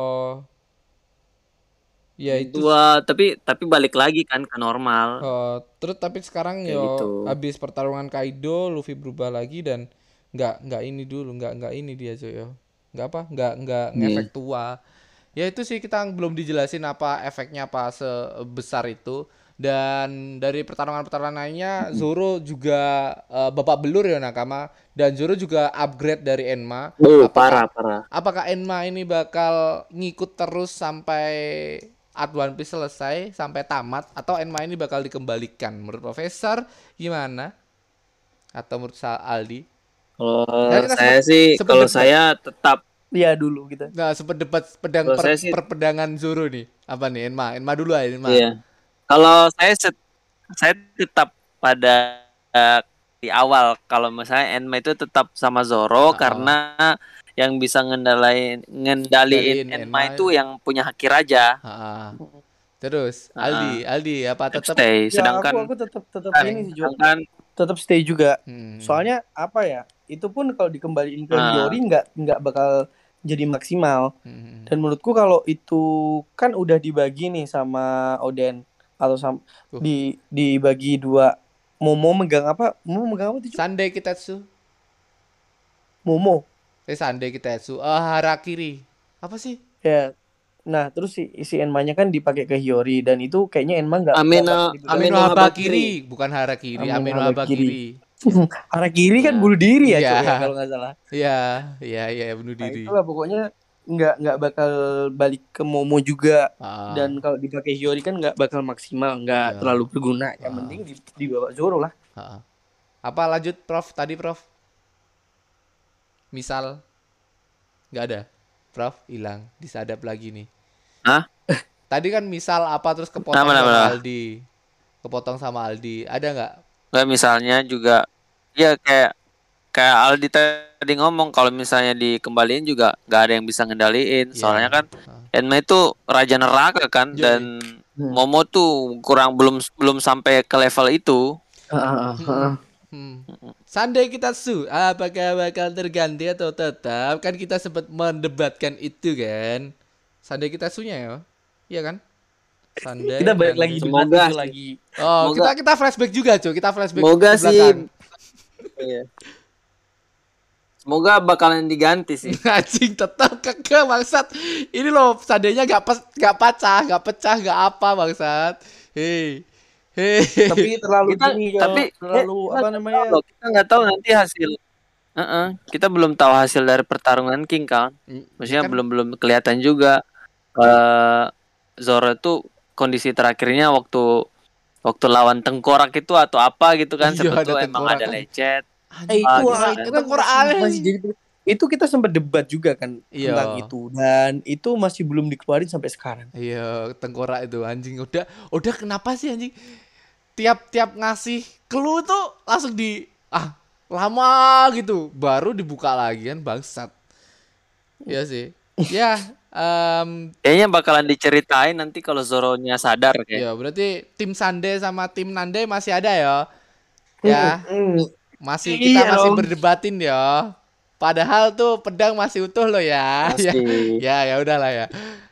C: Ya itu tua, tapi balik lagi kan ke normal.
A: Terus tapi sekarang gitu. Habis pertarungan Kaido, Luffy berubah lagi dan nggak ini dia coy nggak ngefek tua. Ya itu sih, kita belum dijelasin apa efeknya apa sebesar itu. Dan dari pertarungan lainnya Zoro juga babak belur ya Nakama, dan Zoro juga upgrade dari Enma.
C: Parah.
A: Apakah Enma ini bakal ngikut terus sampai Art One Piece selesai sampai tamat, atau Enma ini bakal dikembalikan? Menurut Profesor gimana? Atau menurut Aldi?
C: Kalau saya tetap
E: dulu kita.
A: Nah, sempat debat perpedangan Zoro nih. Apa nih Enma dulu aja Enma.
C: Iya. Kalau saya tetap pada di awal, kalau misalnya Enma itu tetap sama Zoro karena yang bisa ngendaliin Enma itu yang punya haki raja.
A: Terus Aldi apa tetap
C: stay? Sedangkan
E: aku tetap ini sih, tetap stay juga. Soalnya apa ya? Itu pun kalau dikembaliin ke Yori nggak bakal jadi maksimal. Dan menurutku kalau itu kan udah dibagi nih sama Oden atau dibagi dua. Momo megang apa tuh?
A: Sandai Kitetsu.
E: Momo.
A: Sandai Kitetsu. Harakiri. Apa sih?
E: Ya. Nah, terus si Enma-nya kan dipakai ke Hiyori dan itu kayaknya Enma enggak
A: Amino Habakiri, bukan Harakiri, Amino Habakiri.
E: Harakiri kan bunuh diri ya, Cok, ya kalau nggak salah.
A: Iya, bunuh diri.
E: Itulah pokoknya nggak bakal balik ke Momo juga. Dan kalau dipakai Hiyori kan nggak bakal maksimal, nggak terlalu berguna. Yang penting dibawa Zoro lah.
A: Apa lanjut Prof tadi Prof? Misal nggak ada, Prof hilang, disadap lagi nih.
C: Hah?
A: Tadi kan misal apa terus kepotong sama Aldi. Kepotong sama Aldi. Ada nggak?
C: Nggak, misalnya juga ya kayak Aldi tadi ngomong kalau misalnya dikembaliin juga nggak ada yang bisa ngendaliin. Soalnya kan Enma itu raja neraka kan dan Momo tuh belum sampai ke level itu.
A: Sandai kita apakah bakal terganti atau tetap? Kan kita sempat mendebatkan itu kan. Sandai kita ya. Iya kan? Sandai.
E: Kita balik lagi
C: semoga
E: lagi.
A: Oh, kita flashback juga, Cuk. Kita flashback.
C: Semoga sih. Iya. Semoga bakalan diganti sih.
A: Anjing tetap keke bangsat. Ini loh sandainya gak pecah, gak apa bangsat. Hei.
E: Tapi terlalu apa namanya?
C: Kita nggak tahu nanti hasil. Kita belum tahu hasil dari pertarungan King kan. Maksudnya kan belum kelihatan juga. Zoro itu kondisi terakhirnya waktu lawan tengkorak itu atau apa gitu kan. Sebetulnya emang ada lecet.
E: Itu tengkorak masih jadi. Itu kita sempat debat juga kan tentang itu, dan itu masih belum dikeluarin sampai sekarang.
A: Iya, tengkorak itu anjing. Udah kenapa sih anjing? Tiap ngasih clue tuh langsung lama gitu baru dibuka lagi kan, bangsat. Iya sih. Ya,
C: kayaknya bakalan diceritain nanti kalau Zoro-nya sadar kayak.
A: Iya, berarti tim Sande sama tim Nande masih ada ya. Ya. Kita masih berdebatin ya. Padahal tuh pedang masih utuh loh ya. Ya udahlah ya.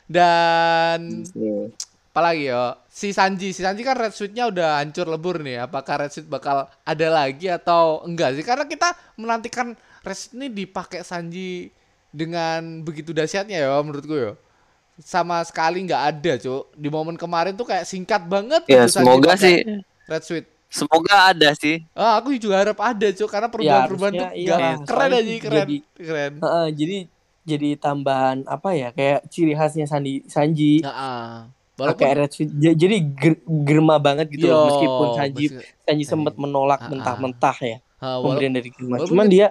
A: Dan apalagi ya? Si Sanji kan Red Suit-nya udah hancur lebur nih. Apakah Red Suit bakal ada lagi atau enggak sih? Karena kita menantikan Red Suit ini dipakai Sanji dengan begitu dahsyatnya ya menurutku ya. Sama sekali nggak ada, Cuk. Di momen kemarin tuh kayak singkat banget.
C: Ya semoga sih
A: Red Suit.
C: Semoga ada sih.
A: Aku juga harap ada, Cuk, karena perubahan-perubahan tuh keren aja, keren.
E: Jadi tambahan apa ya, kayak ciri khasnya Sanji. Pakai Red Suit. Jadi germa banget gitu loh, meskipun Sanji sempat menolak mentah-mentah ya. Pemberian dari germa. Cuman dia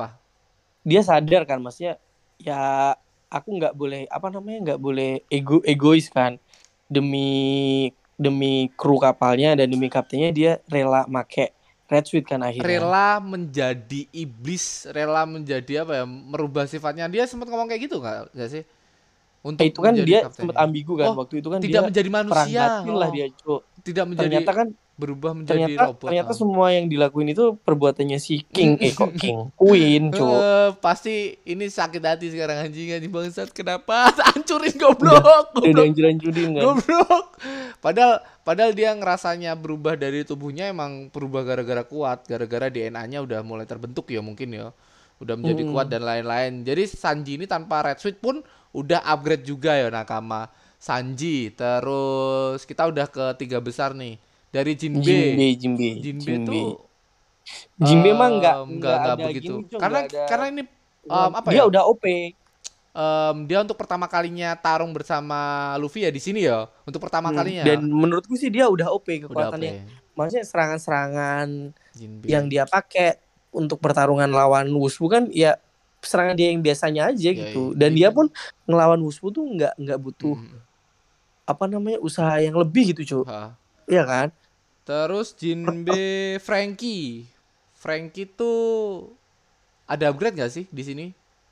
E: sadar kan, maksudnya ya aku nggak boleh nggak boleh egois kan, demi kru kapalnya dan demi kaptennya dia rela make Red Suit kan akhirnya.
A: Rela menjadi iblis, rela menjadi merubah sifatnya. Dia sempat ngomong kayak gitu nggak sih?
E: Untuk itu kan dia sempat ambigu kan waktu itu kan,
A: tidak dia menjadi manusia.
E: Lah dia, Cuk.
A: Tidak menjadi,
E: ternyata kan
A: berubah menjadi robot.
E: Ternyata semua yang dilakuin itu perbuatannya si Queen, Cuk.
A: Pasti ini sakit hati sekarang anjing bangsat. Kenapa hancurin goblok?
E: Udah hancur-hancurin kan.
A: Goblok. Padahal dia ngerasanya berubah dari tubuhnya emang berubah gara-gara kuat, gara-gara DNA-nya udah mulai terbentuk ya mungkin ya. Udah menjadi kuat dan lain-lain. Jadi Sanji ini tanpa Red Suit pun udah upgrade juga ya nakama. Sanji, terus kita udah ke 3 besar nih. Dari Jinbe tuh
E: Jinbe mah enggak
A: begitu.
E: Gini,
A: karena ini
E: dia udah OP.
A: Dia untuk pertama kalinya tarung bersama Luffy ya di sini ya. Untuk pertama kalinya.
E: Dan menurutku sih dia udah OP kekuatannya. Maksudnya serangan-serangan yang dia pakai untuk pertarungan lawan Wushu kan ya serangan dia yang biasanya aja gitu. Dan dia pun ngelawan Wushu tuh enggak butuh usaha yang lebih gitu, Cuk. Iya kan?
A: Terus Jinbe Frankie tuh ada upgrade gak sih di sini?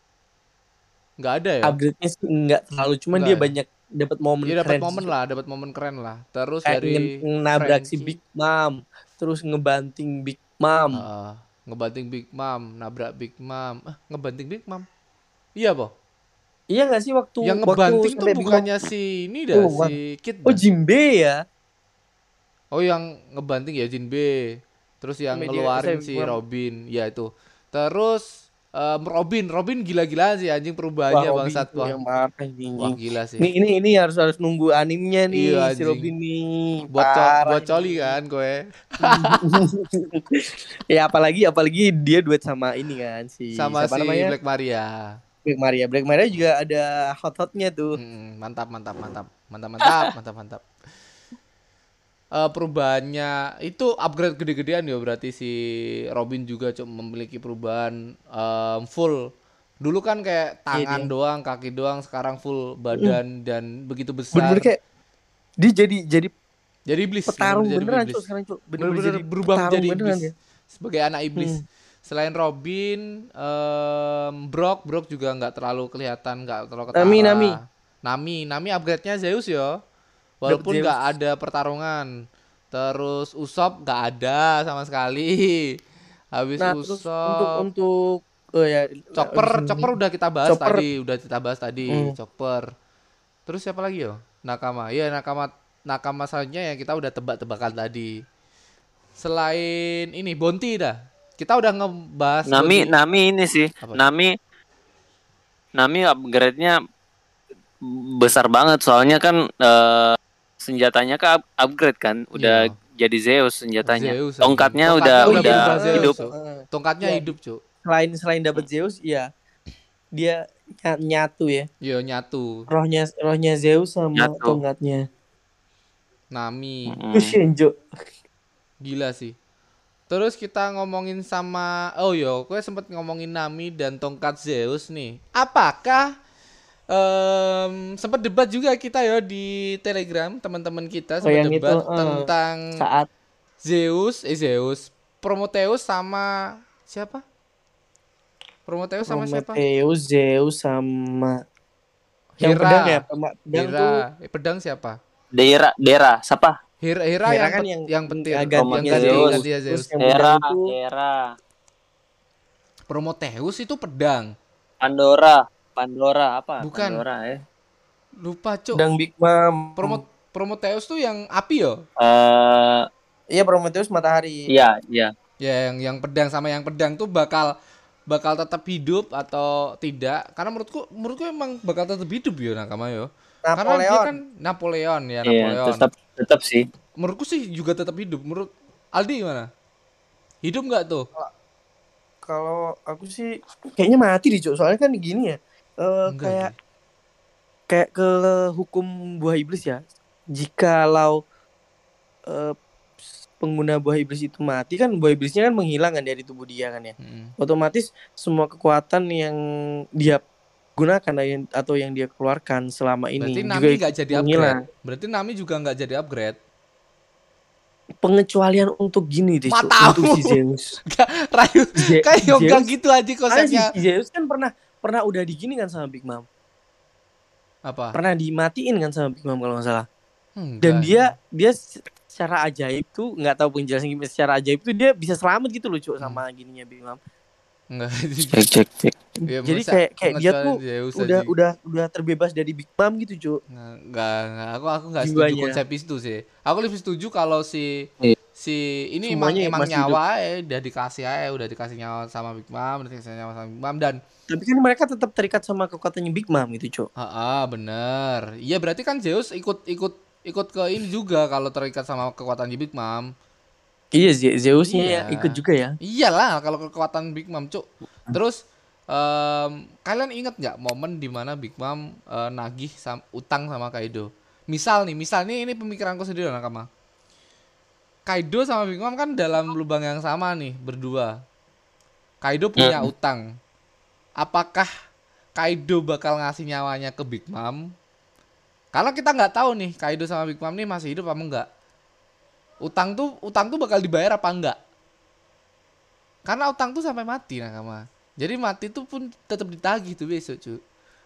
A: Nggak ada ya?
E: Upgrade-nya sih nggak terlalu, cuman dia banyak dapat momen keren.
A: Dapat momen keren lah. Terus
E: kayak
A: dari
E: nabrak si Big Mom, terus ngebanting Big Mom.
A: Ngebanting Big Mom, nabrak Big Mom. Ngebanting Big Mom. Iya, Po?
E: Iya nggak sih waktu
A: yang ngebanting tuh bukannya si ini dah, si Kid.
E: Jinbe ya.
A: Oh, yang ngebanting ya Jinbe. Terus yang ngeluarin si Robin, ya itu. Terus Robin gila-gila sih anjing perubahannya bangsat.
E: Wah, yang parah anjing.
A: Wah gila sih.
E: Ini harus nunggu animenya nih
A: iya,
E: si Robin nih.
A: Buat coli kan gue.
E: Ya apalagi dia duet sama ini kan
A: sama si
E: namanya?
A: Black Maria.
E: Black Maria juga ada hot-hotnya tuh.
A: Mantap. Perubahannya itu upgrade gede-gedean ya berarti si Robin juga memiliki perubahan full. Dulu kan kayak tangan doang, kaki doang, sekarang full badan dan begitu besar.
E: Bener-bener kayak dia jadi
A: iblis.
E: Petarung beneran Cuk sekarang Cuk.
A: Bener-bener berubah menjadi iblis. Ya. Sebagai anak iblis. Selain Robin, Brock juga nggak terlalu kelihatan, nggak terlalu ketara. Nami upgrade-nya Zeus ya. Walaupun nggak ada pertarungan. Terus Usopp nggak ada sama sekali. Habis Usopp.
E: Untuk
A: Chopper udah kita bahas tadi. Chopper. Terus siapa lagi yo? Nakama. Iya, Nakama selanjutnya yang kita udah tebak-tebakan tadi. Selain ini Bonti dah. Kita udah ngebahas
C: Nami ini sih. Apa? Nami upgrade-nya besar banget soalnya kan senjatanya kan upgrade kan. Udah jadi Zeus senjatanya. Tongkatnya udah hidup.
A: Tongkatnya hidup, Cuk.
E: Selain dapat Zeus, iya. Dia nyatu ya.
A: Iya, nyatu.
E: Rohnya Zeus sama tongkatnya.
A: Nami.
E: Shinjo.
A: Gila sih. Terus kita ngomongin sama gue sempet ngomongin Nami dan tongkat Zeus nih. Apakah sempat debat juga kita ya di Telegram, teman-teman kita sempat debat tentang
E: saat
A: Zeus, Prometheus sama siapa? Prometheus,
E: Zeus sama
A: Hera.
E: Yang pedang ya,
A: pedang siapa?
C: Dera, siapa?
A: Hera yang petir,
C: ganti
A: Zeus.
C: Hera.
A: Prometheus itu pedang.
C: Pandora apa?
A: Bukan.
C: Pandora
A: Lupa, Cuk.
E: Pedang Big Mom.
A: Prometheus tuh yang api yo.
E: Iya, Prometheus matahari.
C: Iya.
A: Ya, yang pedang sama yang pedang tuh bakal tetap hidup atau tidak? Karena menurutku emang bakal tetap hidup ya Nakama yo. Karena dia kan Napoleon.
C: Iya, tetap sih.
A: Menurutku sih juga tetap hidup. Menurut Aldi gimana? Hidup nggak tuh?
E: Kalau aku sih kayaknya mati deh, Cuk. Soalnya kan gini ya. Kayak ke hukum buah iblis ya. Jikalau pengguna buah iblis itu mati kan buah iblisnya kan menghilang kan dari tubuh dia kan ya. Otomatis semua kekuatan yang dia gunakan atau yang dia keluarkan selama ini
A: berarti Nami nggak jadi upgrade. Berarti Nami juga nggak jadi upgrade.
E: Pengecualian untuk gini deh, untuk si Zeus.
A: Rayu kayak yoga gitu aja konsepnya.
E: Si Zeus kan pernah udah digini kan sama Big Mom.
A: Apa?
E: Pernah dimatiin kan sama Big Mom kalau nggak salah. Dan dia secara ajaib tuh nggak tahu penjelasan gimana, secara ajaib tuh dia bisa selamat gitu loh, Cuk, sama gininya Big Mom.
A: Enggak.
C: Cek.
E: Ya, jadi kayak dia tuh udah terbebas dari Big Mom gitu, Cuk.
A: Enggak. Aku enggak setuju konsep itu sih. Aku lebih setuju kalau si ini emang nyawa udah dikasih nyawa sama Big Mom, dan
E: tapi kan mereka tetap terikat sama kekuatannya Big Mom gitu, Cuk.
A: Bener. Iya, berarti kan Zeus ikut ke ini juga kalau terikat sama kekuatannya Big Mom.
E: Iya, Zeusnya ikut juga ya.
A: Iyalah kalau kekuatan Big Mom, Cuk. Terus kalian ingat nggak momen dimana Big Mom nagih utang sama Kaido? Misal nih ini pemikiranku sendiri Nakama. Kaido sama Big Mom kan dalam lubang yang sama nih berdua. Kaido punya utang. Apakah Kaido bakal ngasih nyawanya ke Big Mom? Karena kita nggak tahu nih Kaido sama Big Mom nih masih hidup apa enggak. Utang tuh bakal dibayar apa enggak? Karena utang tuh sampai mati Nakama. Jadi mati tuh pun tetap ditagih tuh besok, cuy.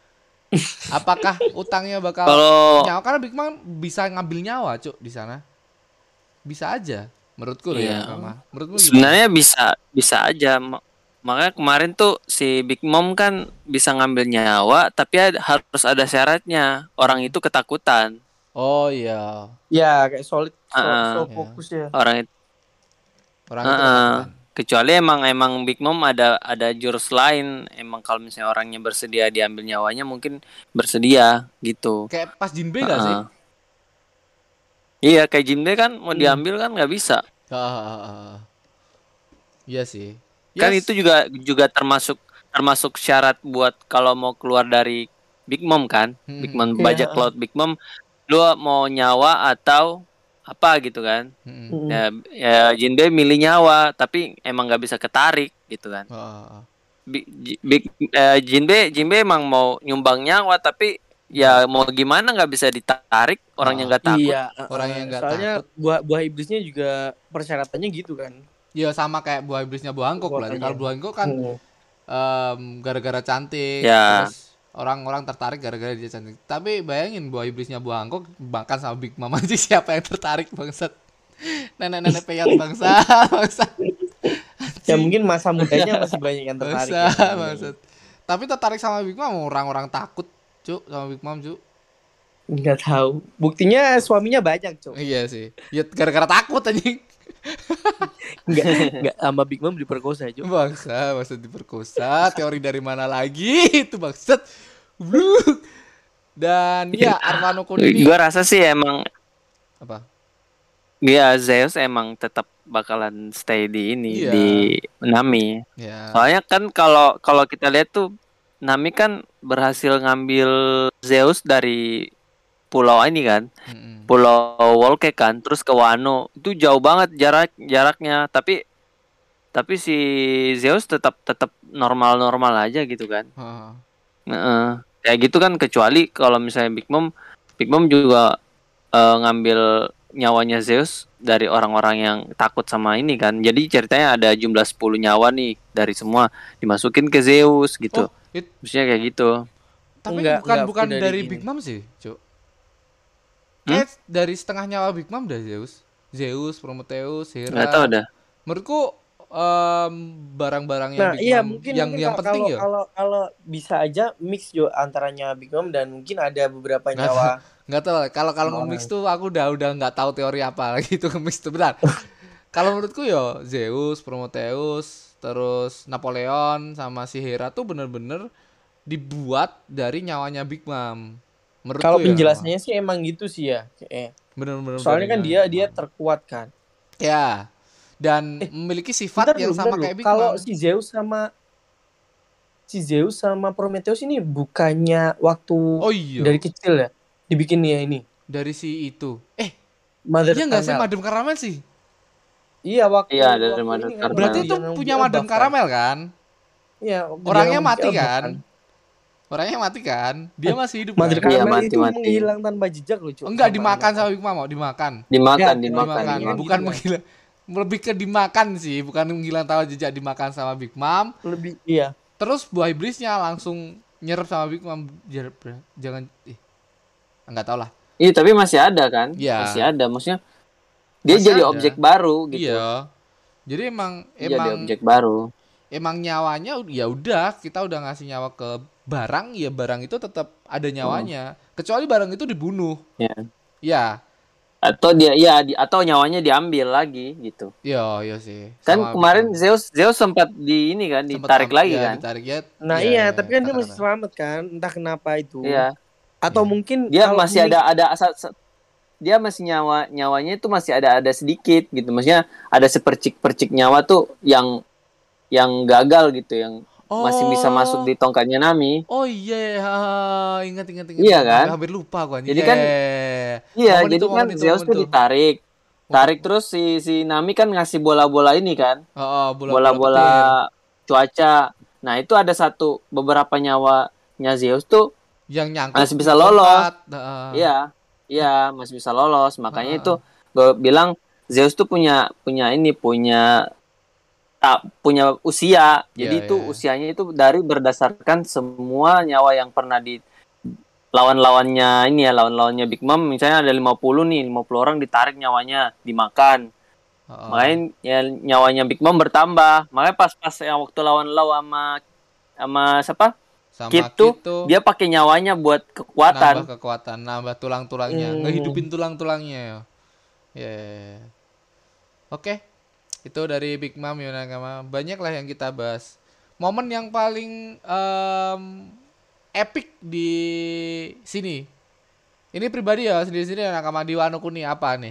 A: Apakah utangnya bakal nyawa? Karena Big Mom bisa ngambil nyawa, cuy, di sana. Bisa aja, menurutku ya, Nakama. Menurutmu gimana?
C: Sebenarnya bisa aja. Makanya kemarin tuh si Big Mom kan bisa ngambil nyawa, tapi harus ada syaratnya. Orang itu ketakutan.
A: Oh iya.
E: Ya kayak solid fokus ya.
C: Orang itu Kecuali emang Big Mom ada jurus lain. Emang kalau misalnya orangnya bersedia diambil nyawanya mungkin bersedia gitu.
A: Kayak pas Jinbe gak sih?
C: Iya, kayak Jinbe kan mau diambil kan nggak bisa.
A: Iya sih.
C: Kan itu juga termasuk syarat buat kalau mau keluar dari Big Mom kan. Big Mom bajak laut Big Mom, lu mau nyawa atau apa gitu kan. Ya Jinbe milih nyawa tapi emang nggak bisa ketarik gitu kan. Jinbe emang mau nyumbang nyawa tapi ya mau gimana nggak bisa ditarik, orangnya nggak takut.
E: Iya,
A: orangnya nggak takut.
E: Soalnya buah iblisnya juga persyaratannya gitu kan.
A: Iya, sama kayak buah iblisnya buah angkuk lah. Kalau buah angkuk kan gara-gara cantik, terus orang-orang tertarik gara-gara dia cantik. Tapi bayangin buah iblisnya buah angkuk makan sama Big Mom aja, siapa yang tertarik bangsat? Nenek-nenek peyot bangsa.
E: Ya mungkin masa mudanya masih banyak yang tertarik.
A: Maksud. Tapi tertarik sama Big Mom, orang-orang takut, Cuk, sama Big Mom, Cuk.
E: Enggak tahu. Buktinya suaminya banyak, Cuk.
A: Iya sih. Ya gara-gara takut anjing.
E: Enggak sama Big Mom diperkosa, Cuk.
A: Bangsa, maksud diperkosa, teori dari mana lagi itu maksud. Dan ya Armano Kun ini
C: gua rasa sih emang
A: apa?
C: Iya, Zeus emang tetap bakalan stay di ini di Nami. Soalnya kan kalau kita lihat tuh Nami kan berhasil ngambil Zeus dari pulau ini kan, Pulau Wolke kan, terus ke Wano. Itu jauh banget jaraknya, tapi si Zeus tetap normal aja gitu kan. Kayak gitu kan, kecuali kalau misalnya Big Mom juga ngambil nyawanya Zeus dari orang-orang yang takut sama ini kan. Jadi ceritanya ada jumlah 10 nyawa nih dari semua dimasukin ke Zeus gitu. Maksudnya kayak gitu.
A: Tapi bukan dari Big Mom sih, Cuk. Kayak dari setengah nyawa Big Mom dah Zeus, Prometheus, Hera.
C: Enggak tahu dah.
A: Menurutku barang-barangnya Big Mom
E: mungkin
A: yang penting ya.
E: Kalau bisa aja mix jo antaranya Big Mom dan mungkin ada beberapa nyawa.
A: Nggak tahu. Kalau nge-mix tuh aku udah nggak tahu teori apa lagi itu nge-mix tuh benar. Kalau menurutku ya Zeus, Prometheus, terus Napoleon sama si Hera tuh bener-bener dibuat dari nyawanya Big Mom.
E: Kalau penjelasannya sih emang gitu sih ya.
A: Bener-bener.
E: Soalnya kan dia terkuat kan.
A: Ya. Dan memiliki sifat yang sama kayak Big Mom.
E: Kalau si Zeus sama Prometheus ini bukannya waktu dari kecil ya dibikinnya ini.
A: Dari si itu.
E: Mother
A: iya nggak sih Madam Karamel sih?
E: Iya waktu.
C: Iya dari Madam Karamel.
A: Berarti itu punya Madam Karamel kan?
E: Iya.
A: Orangnya mati kan? Orangnya mati kan? Dia masih hidup.
E: Mother Karamel itu menghilang tanpa jejak loh, Cuk.
A: Enggak, dimakan sama Big Mom, dimakan. Bukan menghilang. Lebih ke dimakan sih, bukan menghilang tanpa jejak, dimakan sama Big Mom.
E: Lebih iya.
A: Terus buah iblisnya langsung nyerap sama Big Mom. Jangan enggak tahu lah.
C: Iya, tapi masih ada kan?
A: Ya.
C: Masih ada, maksudnya dia masih jadi ada. Objek baru gitu.
A: Iya. Jadi emang
C: jadi objek baru.
A: Emang nyawanya ya udah, kita udah ngasih nyawa ke barang, ya barang itu tetap ada nyawanya. Kecuali barang itu dibunuh.
C: Iya.
A: Ya.
C: Atau atau nyawanya diambil lagi gitu.
A: Iya sih.
C: Kan kemarin Zeus sempat ditarik lagi kan.
A: Ditarik ya.
E: Nah iya, tapi kan dia masih selamat kan, entah kenapa itu.
C: Iya.
E: Atau mungkin
C: dia masih ada dia masih nyawanya itu masih ada sedikit gitu. Maksudnya ada sepercik nyawa tuh yang gagal gitu, yang masih bisa masuk di tongkatnya Nami.
A: Oh iya, ingat.
C: Iya kan?
A: Hampir lupa gua.
C: Jadi kan jadi kan Zeus tuh ditarik. Terus si Nami kan ngasih bola-bola ini kan. Bola-bola cuaca. Nah, itu ada beberapa nyawanya Zeus tuh
A: yang nyangkut
C: masih bisa lolos. Iya, masih bisa lolos. Makanya itu gue bilang Zeus tuh punya usia. Jadi usianya itu berdasarkan semua nyawa yang pernah di lawan-lawannya Big Mom. Misalnya ada 50 orang ditarik nyawanya, dimakan. Makanya ya, nyawanya Big Mom bertambah. Makanya pas yang waktu lawan sama siapa? Kit tuh dia pakai nyawanya buat kekuatan.
A: Nambah tulang-tulangnya, ngehidupin tulang-tulangnya. Ya. Oke. Itu dari Big Mom Yonagama. Banyak lah yang kita bahas. Momen yang paling epic di sini. Ini pribadi ya, sendiri-sendiri Nakama di Wano Kuni apa nih?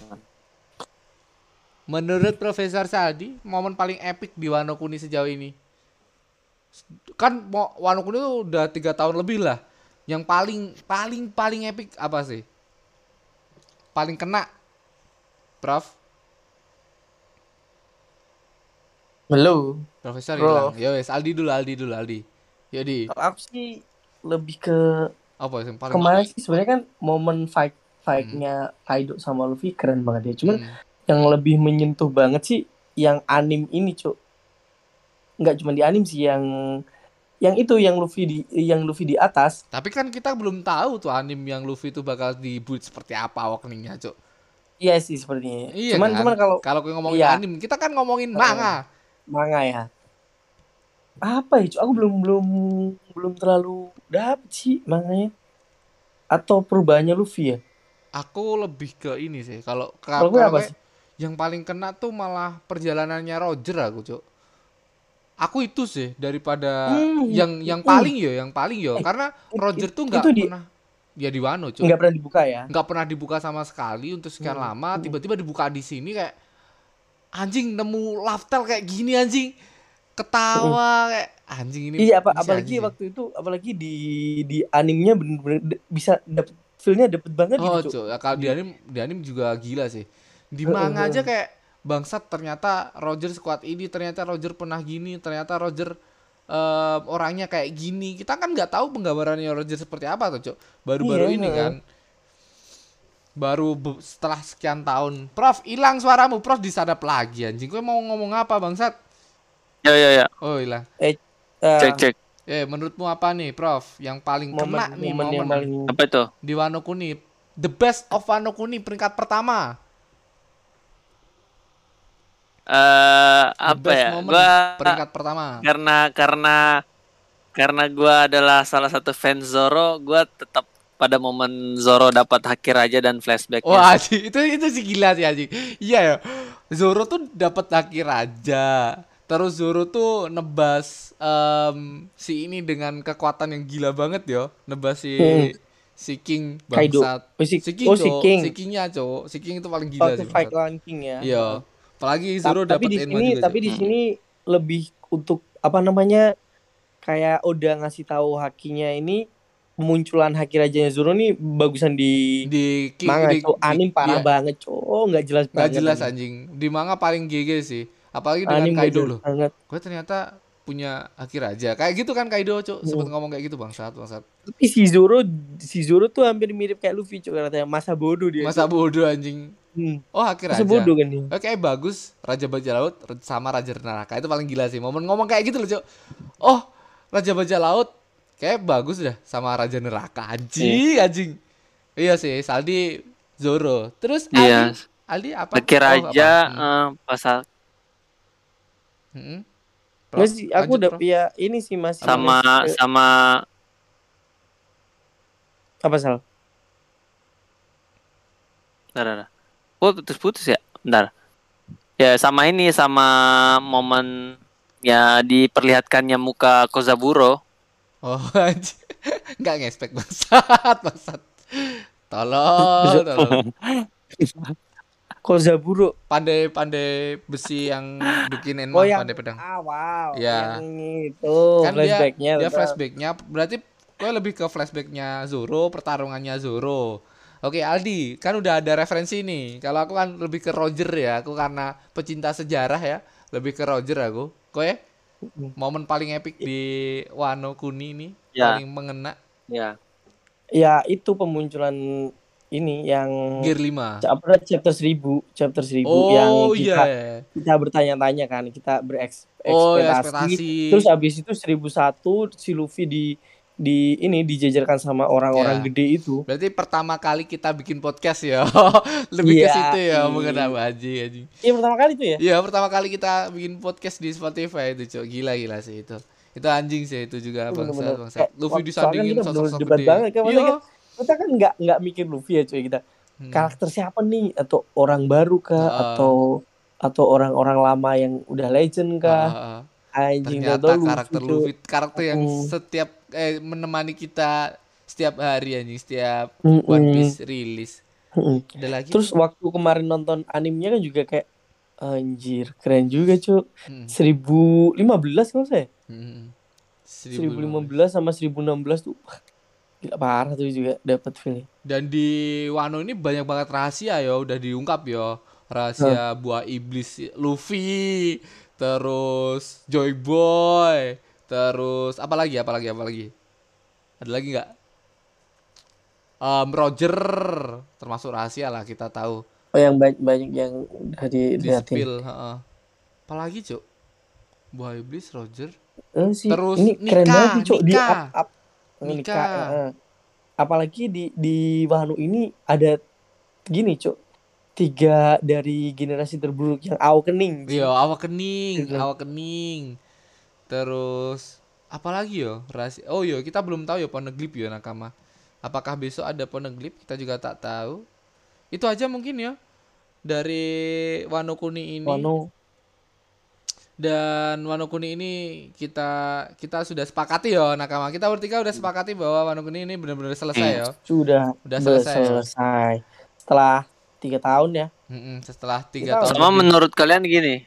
A: Menurut Profesor Saldi, momen paling epic di Wano Kuni sejauh ini. Kan Wano Kuni itu udah 3 tahun lebih lah. Yang paling epic apa sih? Paling kena, Prof?
E: Halo.
A: Profesor hilang. Ya wes, Aldi dulu. Yodi.
E: Aku sih lebih ke
A: Apa yang paling
E: kemarin sih sebenarnya kan momen fight-nya Kaido sama Luffy keren banget ya. Cuman yang lebih menyentuh banget sih yang anim ini, Cuk. Enggak cuma di anim sih, yang Luffy di atas.
A: Tapi kan kita belum tahu tuh anim yang Luffy itu bakal dibuat seperti apa awakeningnya, Cuk.
E: Iya sih sepertinya.
A: Iya, cuman kalau ngomongin anim, kita kan ngomongin manga.
E: Manga ya. Apa ya, Cuk? Aku belum terlalu dapet sih manganya. Atau perubahannya Luffy ya?
A: Aku lebih ke ini sih. Kalau
E: apa sih?
A: Yang paling kena tuh malah perjalanannya Roger aku, Cuk. Aku itu sih daripada yang paling yo karena Roger tuh enggak pernah dia di Wano, Cuk.
E: Enggak pernah dibuka ya?
A: Enggak pernah dibuka sama sekali untuk sekian lama, tiba-tiba dibuka di sini kayak anjing, nemu Laftel kayak gini anjing. Ketawa kayak anjing ini.
E: Iya, apalagi anjing. Waktu itu apalagi di animnya bener-bener bisa dapet feel-nya dapet banget gitu,
A: Cuk. Kalau di anim juga gila sih. Di manga aja kayak bangsat, ternyata Roger sekuat ini, ternyata Roger pernah gini, ternyata Roger orangnya kayak gini. Kita kan nggak tahu penggambarannya Roger seperti apa tuh, Cuk. Baru-baru ini kan. Baru setelah sekian tahun. Prof, hilang suaramu. Prof disadap lagi anjing. Gue mau ngomong apa bangsat?
C: Ya.
A: Oh, hilang.
C: Cek.
A: Menurutmu apa nih, Prof? Yang paling kena nih momen
E: paling...
C: Apa itu?
A: Di Wano Kuni. The best of Wano Kuni peringkat pertama.
C: Apa ya?
A: Gua peringkat pertama.
C: Karena gua adalah salah satu fans Zoro, gua tetap pada momen Zoro dapat haki raja dan flashbacknya.
A: Oh, anjing, itu sih gila sih anjing. Iya ya. Zoro tuh dapat haki raja. Terus Zoro tuh nebas si ini dengan kekuatan yang gila banget yo. Nebas si King bangsat. Si Kingnya, Cok. Si King itu paling gila sih.
E: Fight Lion King ya.
A: Iya. Apalagi Zoro dapat Enma juga.
E: Tapi di sini lebih untuk apa namanya? Kayak udah ngasih tahu hakinya ini, pemunculan haki rajanya Zoro nih bagusan di manga, anim parah banget, nggak jelas banget.
A: Nggak jelas anjing. Di manga paling GG sih. Apalagi dengan anim Kaido loh. Gue ternyata punya haki raja. Kayak gitu kan Kaido, Cuk. Sempet ngomong kayak gitu bangsat.
E: Tapi si Zoro tuh hampir mirip kayak Luffy, Cuk, katanya. Masa bodoh dia.
A: Masa bodoh anjing. Oh, haki raja.
E: Masa bodoh kan dia.
A: Oke, bagus. Raja Bajak Laut sama Raja Neraka. Itu paling gila sih. Momen ngomong kayak gitu loh, Cuk. Oh, Raja Bajak Laut kayak bagus dah sama Raja Neraka. Anjing. Iya sih, Saldi Zoro. Terus Aldi apa?
C: Haki raja pasal
E: aku udah ya ini sih masih
C: sama
E: apa Sal?
C: Bentar. Putus ya? Bentar. Ya sama momen ya diperlihatkannya muka Kozaburo.
A: Oh, anjing. Enggak ngespek bangsat. Tolong.
E: Kozaburo
A: pandai besi yang bikin Enma, pandai pedang.
E: Wow.
A: Ya.
E: Yang itu
A: kan
E: flashbacknya.
A: Dia flashbacknya berarti gue lebih ke flashbacknya Zoro, pertarungannya Zoro. Oke, Aldi, kan udah ada referensi nih. Kalau aku kan lebih ke Roger ya. Aku karena pecinta sejarah ya, lebih ke Roger aku. Kowe momen paling epic di Wano Kuni ini paling mengena.
E: Ya itu pemunculan ini yang
A: Gear 5.
E: Chapter 1000 yang kita bertanya-tanya kan, kita berekspektasi. Terus habis itu 1001 si Luffy dijajarkan sama orang-orang gede itu.
A: Berarti pertama kali kita bikin podcast ya. Lebih ke situ ya, mengenai anjing.
E: Iya, pertama kali itu ya?
A: Iya, pertama kali kita bikin podcast di Spotify itu, Cok. Gila sih itu. Itu anjing sih itu juga bangsa. Luffy disandingin sosok gede.
E: Iya. Kita kan nggak mikir Luffy ya, cuy, kita. Karakter siapa nih, atau orang baru kah, atau atau orang-orang lama yang udah legend kah? Anjing,
A: ternyata karakter yang setiap menemani kita setiap hari anjing, setiap One Piece rilis.
E: Ada lagi. Terus waktu kemarin nonton animenya kan juga kayak anjir, keren juga, Cuk. 1015 kalau saya. 1015 sama 1016 tuh gila parah tuh juga dapat feeling.
A: Dan di Wano ini banyak banget rahasia ya, udah diungkap ya. Rahasia buah iblis Luffy, terus Joy Boy, terus apa lagi? Ada lagi nggak? Roger, termasuk rahasia lah, kita tahu.
E: Oh, yang banyak yang udah
A: di-spill. Apalagi, Cuk? Buah iblis, Roger.
E: Terus ini keren banget, Cuk. Nikah. Apalagi di Wano ini ada gini, Cuk. 3 dari generasi terburuk yang Awakening.
A: Iya, Awakening. Terus apalagi yo? Rahasia. Oh yo, kita belum tahu ya Poneglyph ya nakama. Apakah besok ada Poneglyph? Kita juga tak tahu. Itu aja mungkin ya dari Wano Kuni ini. Dan Wano Kuni ini kita sudah sepakati ya nakama. Kita bertiga udah sepakati bahwa Wano Kuni ini benar-benar selesai ya.
E: Sudah selesai. Setelah 3 tahun ya.
A: Setelah 3 tahun.
C: Sama menurut kalian gini,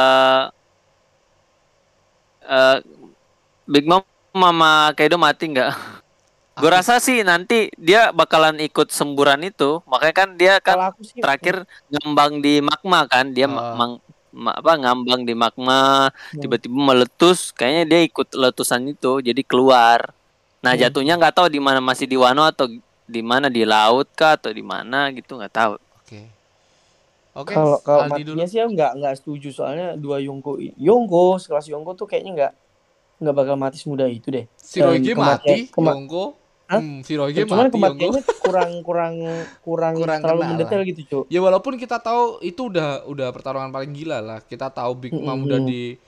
C: Big Mom sama Kaido mati nggak? Gue rasa sih nanti dia bakalan ikut semburan itu. Makanya kan dia kan terakhir ngambang di magma kan. Dia ngambang di magma, tiba-tiba meletus. Kayaknya dia ikut letusan itu, jadi keluar. Nah jatuhnya nggak tahu di mana, masih di Wano atau di mana, di laut kah atau di mana gitu, nggak tahu.
E: Oke. Kalau matinya sih nggak setuju, soalnya 2 Yonko sekelas Yonko tuh kayaknya nggak bakal mati semudah itu deh.
A: Shirohige mati, Yonko. Shirohige mati,
E: cuman kematiannya kurang terlalu mendetail gitu, Cuk.
A: Ya walaupun kita tahu itu udah pertarungan paling gila lah. Kita tahu Big Mom udah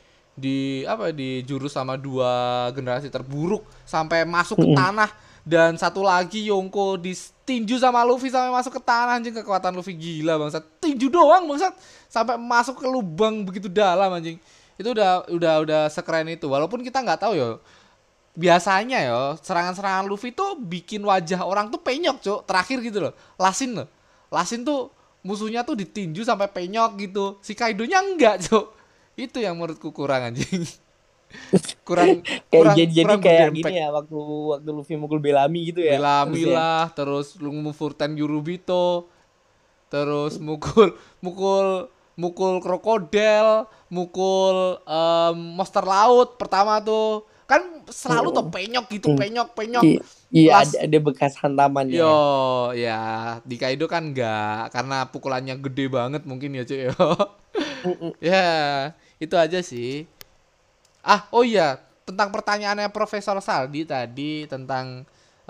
A: di jurus sama 2 generasi terburuk sampai masuk ke tanah. Dan satu lagi Yonko ditinju sama Luffy sampai masuk ke tanah, anjing. Kekuatan Luffy gila bangsat. Tinju doang bangsat sampai masuk ke lubang begitu dalam anjing. Itu udah sekeren itu. Walaupun kita nggak tahu ya. Biasanya ya serangan-serangan Luffy tuh bikin wajah orang tuh penyok, Cuk. Terakhir gitu loh. Lasin tuh musuhnya tuh ditinju sampai penyok gitu. Si Kaido-nya enggak, Cuk. Itu yang menurutku kurang anjing. kurang
E: kayak gini ya waktu Luffy mukul Bellamy gitu ya.
A: Bellamy lah, terus lu ngufurten Yurubito, terus mukul krokodil, mukul monster laut pertama tuh. Kan selalu tuh penyok gitu, penyok.
E: Iya, ada bekas hantamannya.
A: Yo, ya di Kaido kan enggak, karena pukulannya gede banget mungkin ya, Cuy. Ya, itu aja sih. Oh iya, tentang pertanyaannya Profesor Saldi tadi tentang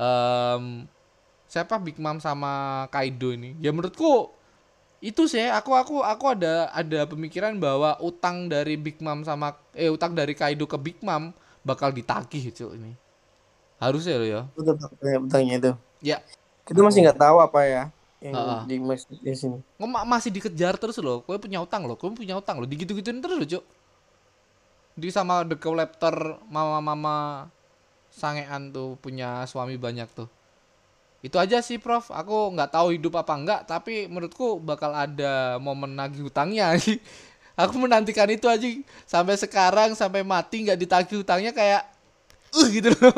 A: siapa Big Mom sama Kaido ini. Ya menurutku itu sih, aku ada pemikiran bahwa utang dari Kaido ke Big Mom bakal ditagih itu ini. Harusnya lo ya.
E: Utangnya itu.
A: Ya.
E: Kita masih nggak tahu apa ya yang di sini.
A: Masih dikejar terus loh. Kowe punya utang loh. Digitu-gituin terus loh, Cuk. Di sama The Collector, mama sangean tuh punya suami banyak tuh. Itu aja sih, Prof. Aku nggak tahu hidup apa enggak, tapi menurutku bakal ada momen nagih hutangnya. Aku menantikan itu aja sampai sekarang, sampai mati nggak ditagih hutangnya kayak gitu loh.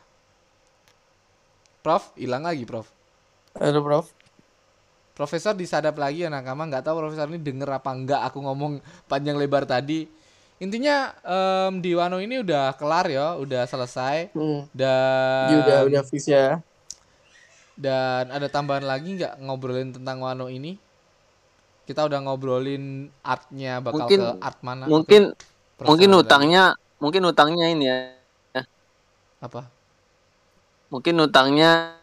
A: Prof, hilang lagi, Prof.
E: Aduh, Prof.
A: Profesor disadap lagi ya nakama, nggak tahu Profesor ini denger apa enggak aku ngomong panjang lebar tadi. Intinya di Wano ini udah kelar ya, udah selesai. Dan
E: udah fix ya.
A: Dan ada tambahan lagi nggak ngobrolin tentang Wano ini? Kita udah ngobrolin artnya bakal ke art mana?
C: Mungkin utangnya ini ya.
A: Apa?
C: Mungkin utangnya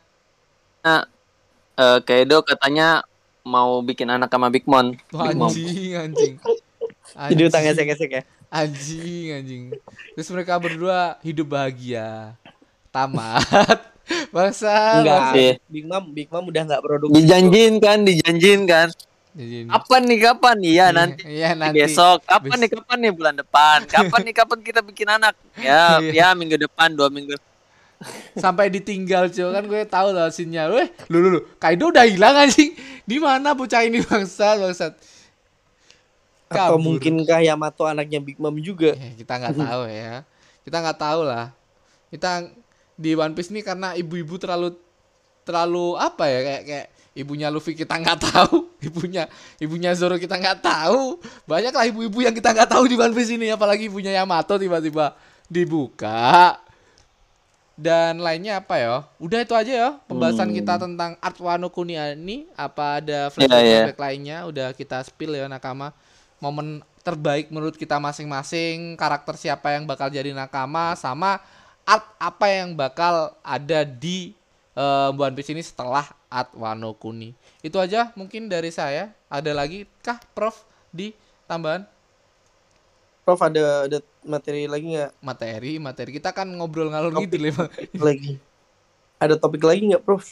C: Kaido katanya mau bikin anak sama Big Mom.
A: Anjing.
E: Jadi utangnya gesek ya.
A: Anjing. Terus mereka berdua hidup bahagia. Tamat. Bangsa.
E: Enggak sih. Big Mom udah enggak produksi.
C: Dijanjin kan. Kapan nih? Iya nanti.
A: Iya nanti.
C: Besok. Kapan nih bulan depan? Kapan kita bikin anak? Ya minggu depan, 2 minggu.
A: Sampai ditinggal cuy, kan gue tahu lah scene-nya. Lu Kaido udah hilang anjing. Di mana bocah ini bangsat.
E: Atau mungkinkah Yamato anaknya Big Mom juga?
A: Kita nggak tahu ya. Kita nggak tahu lah. Kita di One Piece ini karena ibu-ibu terlalu apa ya, kayak ibunya Luffy kita nggak tahu, ibunya Zoro kita nggak tahu. Banyak lah ibu-ibu yang kita nggak tahu di One Piece ini, apalagi ibunya Yamato tiba-tiba dibuka. Dan lainnya apa ya? Udah itu aja ya pembahasan kita tentang Art Wano Kuni ini. Apa ada flashback lainnya? Udah kita spill ya nakama. Momen terbaik menurut kita masing-masing, karakter siapa yang bakal jadi nakama, sama art apa yang bakal ada di One Piece ini setelah Art Wano Kuni. Itu aja mungkin dari saya. Ada lagi kah Prof di tambahan?
E: Prof ada materi lagi nggak?
A: Materi kita kan ngobrol ngalor gitu
E: lagi. Ada topik lagi nggak Prof?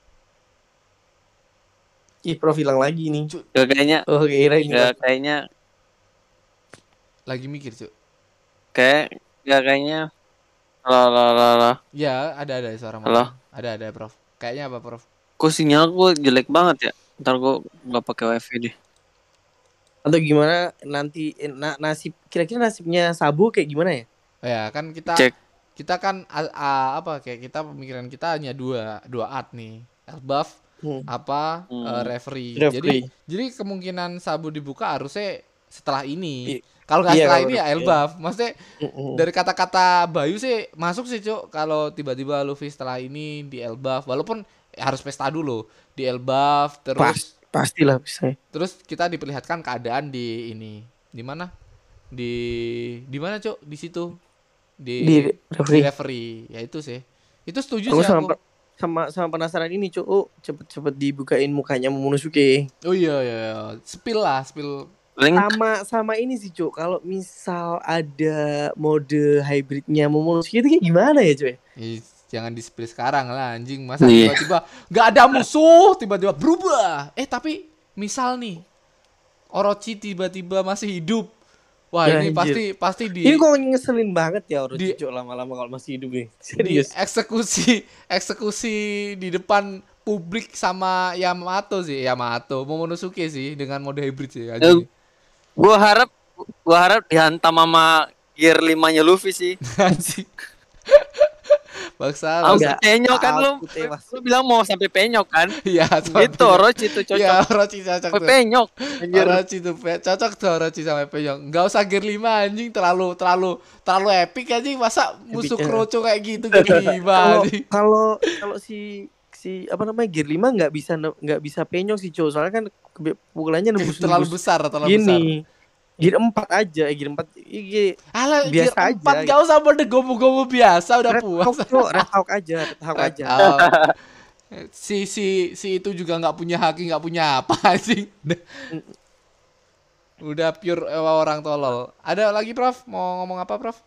E: Prof hilang lagi nih.
C: Kayaknya.
E: Oh
C: kayaknya.
A: Lagi mikir Cuk.
C: Kayaknya. Halo.
A: Ya ada suara.
C: Halo.
A: Ada Prof. Kayaknya apa Prof?
C: Kok sinyal gue jelek banget ya? Ntar gue nggak pakai wifi deh.
E: Atau gimana nanti kira-kira nasibnya Sabu kayak gimana ya?
A: Ya kan kita kan kayak kita pemikiran kita hanya dua art nih, Elbaf referee. Jadi kemungkinan Sabu dibuka harusnya setelah ini. Kalau nggak setelah ini ya Elbaf. Maksudnya dari kata-kata Bayu sih masuk sih Cuk. Kalau tiba-tiba Luffy setelah ini di Elbaf, walaupun harus pesta dulu di Elbaf terus.
E: Pastilah bisa.
A: Terus kita diperlihatkan keadaan di ini. Di mana? Di mana, Cuk? Di situ. Di referee. Ya itu sih. Itu setuju sih aku.
E: Sama penasaran ini, Cuk. Cepet dibukain mukanya Momonosuke.
A: Oh iya. Spill.
E: Sama ini sih, Cuk. Kalau misal ada mode hybridnya Momonosuke itu kayak gimana ya, Cuk?
A: Jangan di-spill sekarang lah anjing. Masa tiba-tiba gak ada musuh, tiba-tiba berubah. Tapi misal nih Orochi tiba-tiba masih hidup. Wah ya, ini pasti di.
E: Ini kok ngeselin banget ya Orochi lama-lama kalau masih hidup nih. Serius.
A: Eksekusi di depan publik sama Yamato Momonosuke sih dengan mode hybrid sih.
C: Gua harap dihantam sama gear 5-nya Luffy sih.
A: Baksa
C: penyok kan lu bilang mau sampai penyok kan?
A: Iya,
C: itu Orochi itu cocok.
A: Iya, Orochi cocok tuh.
C: Penyok.
A: Orochi itu cocok tuh Orochi sampai penyok. Enggak usah gear 5 anjing, terlalu epic anjing, masa musuh kroco kayak gitu gear 5 anjing.
E: Kalau si apa namanya gear 5 enggak bisa penyok sih, Cok. Soalnya kan pukulannya nembus
A: terlalu besar.
E: Gear 4 aja, gear 4 biasa
A: aja. 4 gak usah mode gomu-gomu biasa, udah puas.
E: Red Hawk aja.
A: Si itu juga nggak punya haki, nggak punya apa sih. Udah pure orang tolol. Ada lagi Prof? Mau ngomong apa Prof?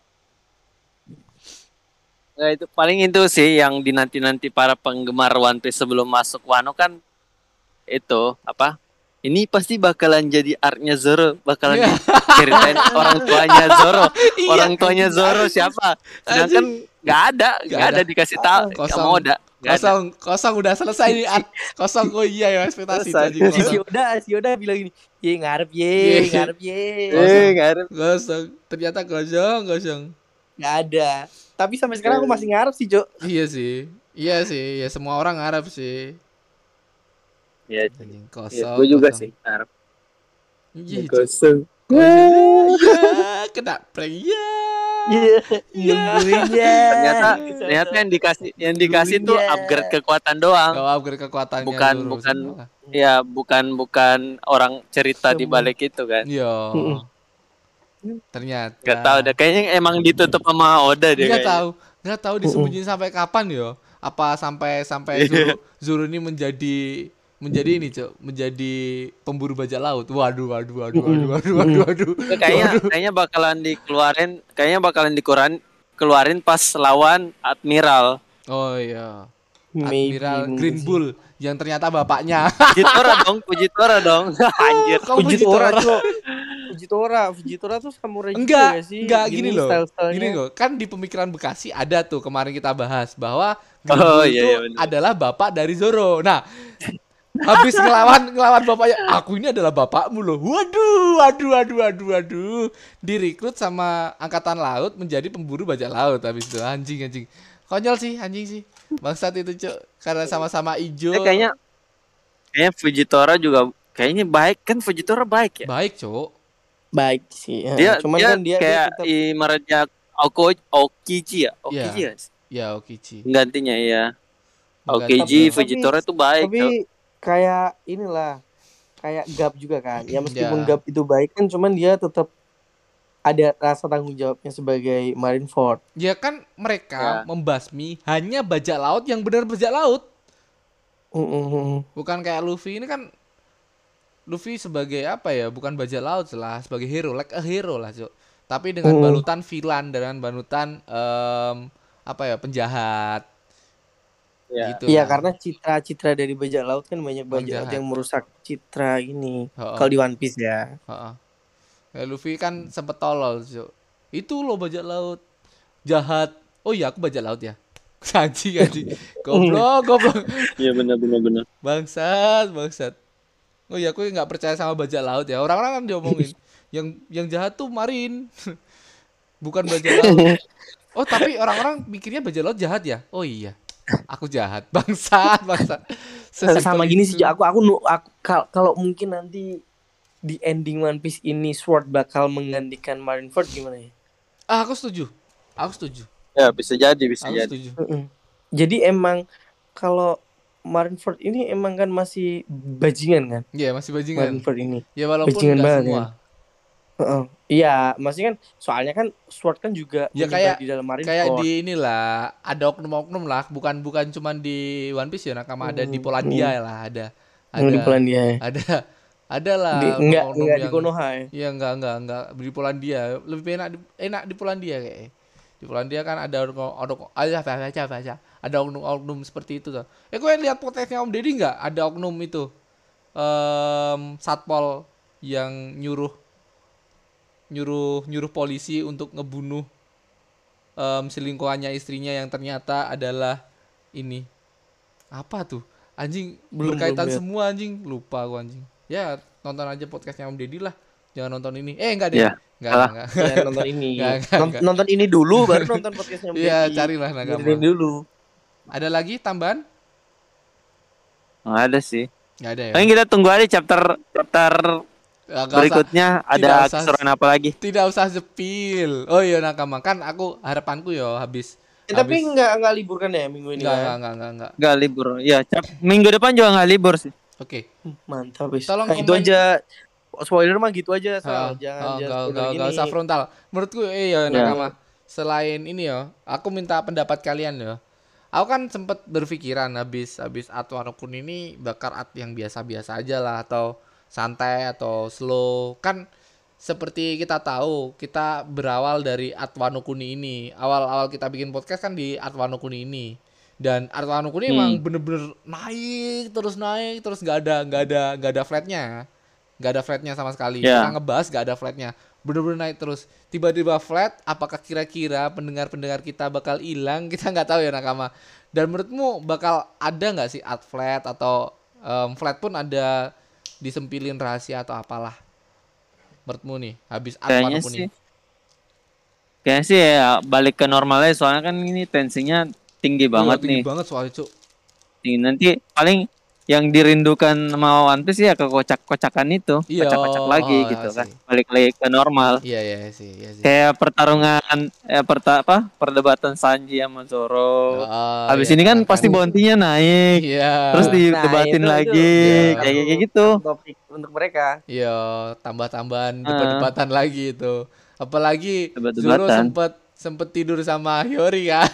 C: Nah, itu paling itu sih yang dinanti-nanti para penggemar One Piece sebelum masuk Wano kan itu apa? Ini pasti bakalan jadi artnya Zoro, bakalan diceritain orang tuanya Zoro. Orang tuanya Zoro siapa? Sedangkan nggak ada dikasih tahu.
A: Kosong udah selesai nih art. Kosong ya ekspektasi tadi.
E: Si Oda bilang gini, ngarep.
A: Kosong. Ternyata kosong.
E: Nggak ada. Tapi sampai sekarang aku masih ngarep sih, Cok.
A: Iya sih. Ya semua orang ngarep sih.
C: Ya,
A: kosong.
C: Gue juga sih harap.
A: Iya,
C: kosong.
A: Kena prank
C: Ternyata yang dikasih tuh upgrade kekuatan doang.
A: Upgrade kekuatannya.
C: Bukan orang cerita di balik itu kan.
A: Iya. Ternyata.
C: Gak tahu deh, kayaknya emang ditutup sama Oda deh.
A: Gak tahu disembunyiin sampai kapan yo. Apa sampai Zoro ini menjadi ini, Cok, menjadi pemburu bajak laut. Waduh.
C: Kayaknya bakalan dikeluarin pas lawan Admiral.
A: Oh iya. Admiral Green Bull yang ternyata bapaknya.
C: Fujitora dong. Anjir.
E: Fujitora tuh samurai
A: juga
E: sih.
A: Enggak gini loh. Gini loh, kan di Pemikiran Bekasi ada tuh kemarin kita bahas bahwa Green Bull itu adalah bapak dari Zoro. Nah, habis ngelawan bapaknya, aku ini adalah bapakmu loh. Waduh. Direkrut sama angkatan laut menjadi pemburu bajak laut habis itu. Anjing. Konyol sih, anjing sih. Bangsat itu, Cuk. Karena sama-sama ijo.
C: Kayaknya Fujitora juga kayaknya baik kan, Fujitora baik ya?
A: Baik, Cuk.
E: Baik sih.
C: Cuman kan dia kayak ibaratnya Okichi ya? Okichi ya?
A: Ya, Okichi.
C: Gantinya ya. Okichi, Fujitora itu baik.
E: Tapi kayak inilah, kayak Gap juga kan. Ya meskipun Gap itu baik kan, cuman dia tetap ada rasa tanggung jawabnya sebagai Marineford.
A: Ya kan mereka membasmi hanya bajak laut yang benar bajak laut. Bukan kayak Luffy ini kan. Luffy sebagai apa ya? Bukan bajak laut lah, sebagai hero, like a hero lah, Cuk. Tapi dengan balutan villain, dengan balutan penjahat.
E: Gitu iya, karena citra dari bajak laut kan banyak bajak yang merusak citra ini. Kalau di One Piece ya.
A: Ya, Luffy kan sempet tolol, Cuk. Itu loh bajak laut jahat. Oh iya, aku bajak laut ya. Anjing. Goblok.
C: Iya benar.
A: Bangsat. Oh iya, aku nggak percaya sama bajak laut ya. Orang-orang kan diomongin yang jahat tuh Marin. Bukan bajak laut. Oh, tapi orang-orang mikirnya bajak laut jahat ya. Oh iya. Aku jahat. Bangsat.
E: Sama gini sih, aku kalau mungkin nanti di ending One Piece ini Sword bakal menggantikan Marineford gimana ya?
A: Aku setuju.
C: Ya, bisa jadi.
A: Setuju.
E: Jadi emang kalau Marineford ini emang kan masih bajingan kan?
A: Iya, masih bajingan.
E: Marineford ini.
A: Ya walaupun enggak semua.
E: Iya, maksudnya kan soalnya kan Sword kan juga
A: ya kayak
E: di dalam Marineford.
A: Kayak di inilah, ada oknum-oknum lah, bukan cuma di One Piece ya, nakama ada di Polandia lah, ada
E: di Polandia.
A: Ada lah.
E: Enggak di Konoha ya?
A: Iya, enggak di Polandia. Lebih enak di Polandia kayaknya. Di Polandia kan ada oknum seperti itu tuh. Gue lihat podcastnya Om Deddy enggak? Ada oknum itu. Satpol yang nyuruh polisi untuk ngebunuh selingkuhannya istrinya yang ternyata adalah ini. Apa tuh? Anjing, berkaitan semua anjing. Lupa gua anjing. Ya, nonton aja podcastnya Om Deddy lah. Jangan nonton ini. Enggak deh. Enggak.
E: Ya, nonton ini. Nonton ini dulu baru nonton podcastnya Om Deddy.
A: Iya, carilah nakama.
E: Dulu.
A: Ada lagi tambahan?
C: Nggak ada sih.
A: Nggak ada ya.
C: Paling kita tunggu aja chapter berikutnya ada keseruan apa lagi.
A: Tidak usah sepil. Oh iya nakama, kan harapanku ya habis.
E: Tapi enggak libur kan ya minggu ini?
C: Enggak libur. Ya, minggu depan juga enggak libur sih.
A: Oke.
E: Mantap wis. Tolong itu aja. Spoiler mah gitu aja,
A: jangan usah frontal. Menurutku nakama. Selain ini aku minta pendapat kalian ya. Aku kan sempat berpikiran habis Art Wano Kuni ini bakar art yang biasa-biasa aja lah, atau santai atau slow. Kan seperti kita tahu, kita berawal dari Art Wano Kuni ini. Awal-awal kita bikin podcast kan di Art Wano Kuni ini. Dan Art Wano Kuni emang bener-bener naik terus nggak ada flatnya. Nggak ada flatnya sama sekali. Kita ngebahas nggak ada flatnya. Bener-bener naik terus. Tiba-tiba flat, apakah kira-kira pendengar-pendengar kita bakal hilang? Kita nggak tahu ya nakama. Dan menurutmu bakal ada nggak sih art flat, atau flat pun ada disempilin rahasia atau apalah? Menurutmu nih habis Art Wano Kuni?
C: Kayaknya sih ya balik ke normalnya, soalnya kan ini tensinya tinggi banget nih.
A: Tinggi banget soalnya, Cuk.
C: Nanti paling yang dirindukan sama One Piece ya kekocak-kocakan itu, kocak-kocak lagi gitu kan. Balik lagi ke normal.
A: Iya sih.
C: Kayak pertarungan perdebatan Sanji sama Zoro. Habis ini kan pasti bounty-nya naik.
A: Iya.
C: Terus didebatin lagi kayak gitu.
E: Topik untuk mereka.
A: Iya, tambah-tambahan debat-debatan lagi itu. Apalagi Zoro sempet tidur sama Hiyori kan.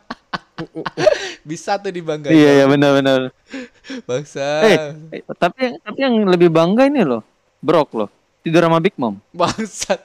A: Bisa tuh dibanggain.
C: Iya benar.
A: Bangsa.
C: Tapi yang lebih bangga ini loh, Brock loh, tidur sama Big Mom.
A: Bangsat.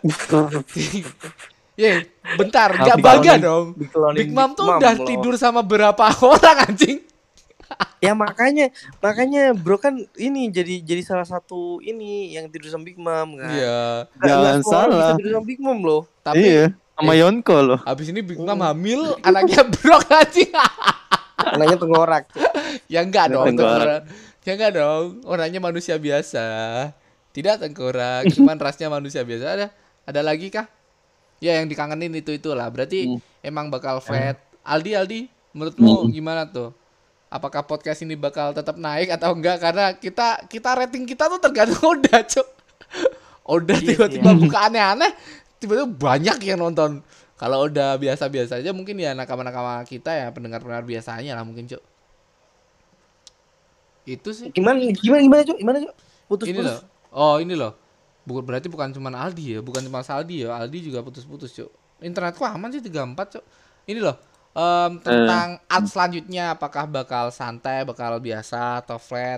A: Bentar, enggak bangga dong. Big Mom tuh udah tidur sama berapa orang anjing?
E: Ya makanya bro kan ini jadi salah satu ini yang tidur sama Big Mom kan.
A: Iya.
D: Jangan salah.
E: Bisa tidur sama Big Mom loh.
A: Tapi
D: iya, sama Yonko loh.
A: habis ini Big Mom hamil, anaknya Brok anjing.
E: Anaknya tengkorak.
A: Ya enggak dong,
D: Tengkorak.
A: Ya enggak dong. Orangnya manusia biasa. Tidak tengkorak, cuman rasnya manusia biasa. Ada lagi kah? Ya yang dikangenin itulah. Berarti emang bakal fat. Aldi, menurutmu gimana tuh? Apakah podcast ini bakal tetap naik atau enggak? Karena kita rating kita tuh tergantung Oda, Cok. Oda tiba-tiba buka aneh-aneh, tiba-tiba banyak yang nonton. Kalau udah biasa-biasa aja mungkin ya nakama-nakama kita ya, pendengar-pendengar biasanya lah mungkin, Cok. Itu sih.
E: Gimana, Cok? Putus-putus.
A: Ini loh. Oh, ini loh. Berarti bukan cuma Aldi ya, bukan cuma Saldi ya. Aldi juga putus-putus, Cok. Internetku aman sih 34, Cok. Ini loh. Tentang art selanjutnya, apakah bakal santai, bakal biasa atau flat?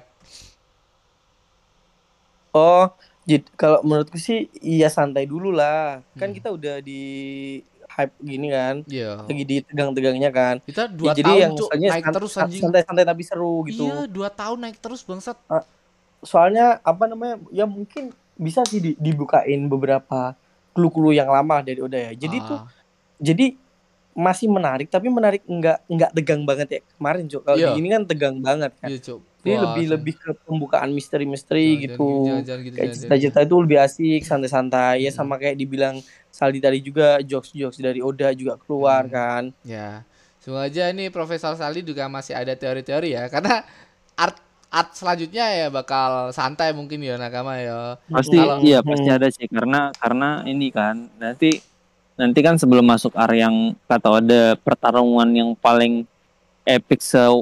E: Oh, kalau menurutku sih iya santai dulu lah. Kan kita udah di hype gini kan.
A: Iya.
E: Lagi di tegang-tegangnya kan.
A: Kita 2
E: jadi
A: tahun
E: yang
A: Cuk, naik terus anjing.
E: Santai-santai tapi seru gitu.
A: Iya, 2 tahun naik terus bangsat.
E: Soalnya apa namanya? Ya mungkin bisa sih dibukain beberapa clue-clue yang lama dari Oda ya. Jadi masih menarik tapi menarik enggak tegang banget ya kemarin, Cuk. Kalau ini kan tegang banget kan.
A: Iya, Cuk.
E: Jadi lebih ke pembukaan misteri-misteri gitu. Kayak cerita-cerita itu lebih asik, santai-santai. Ya sama kayak dibilang Saldi tadi juga, jokes-jokes dari Oda juga keluar kan.
A: Ya. Semoga aja ini Profesor Saldi juga masih ada teori-teori ya. Karena art selanjutnya ya bakal santai mungkin ya nakama ya.
D: Pasti pasti ada sih karena ini kan nanti kan sebelum masuk area yang kata ada pertarungan yang paling epic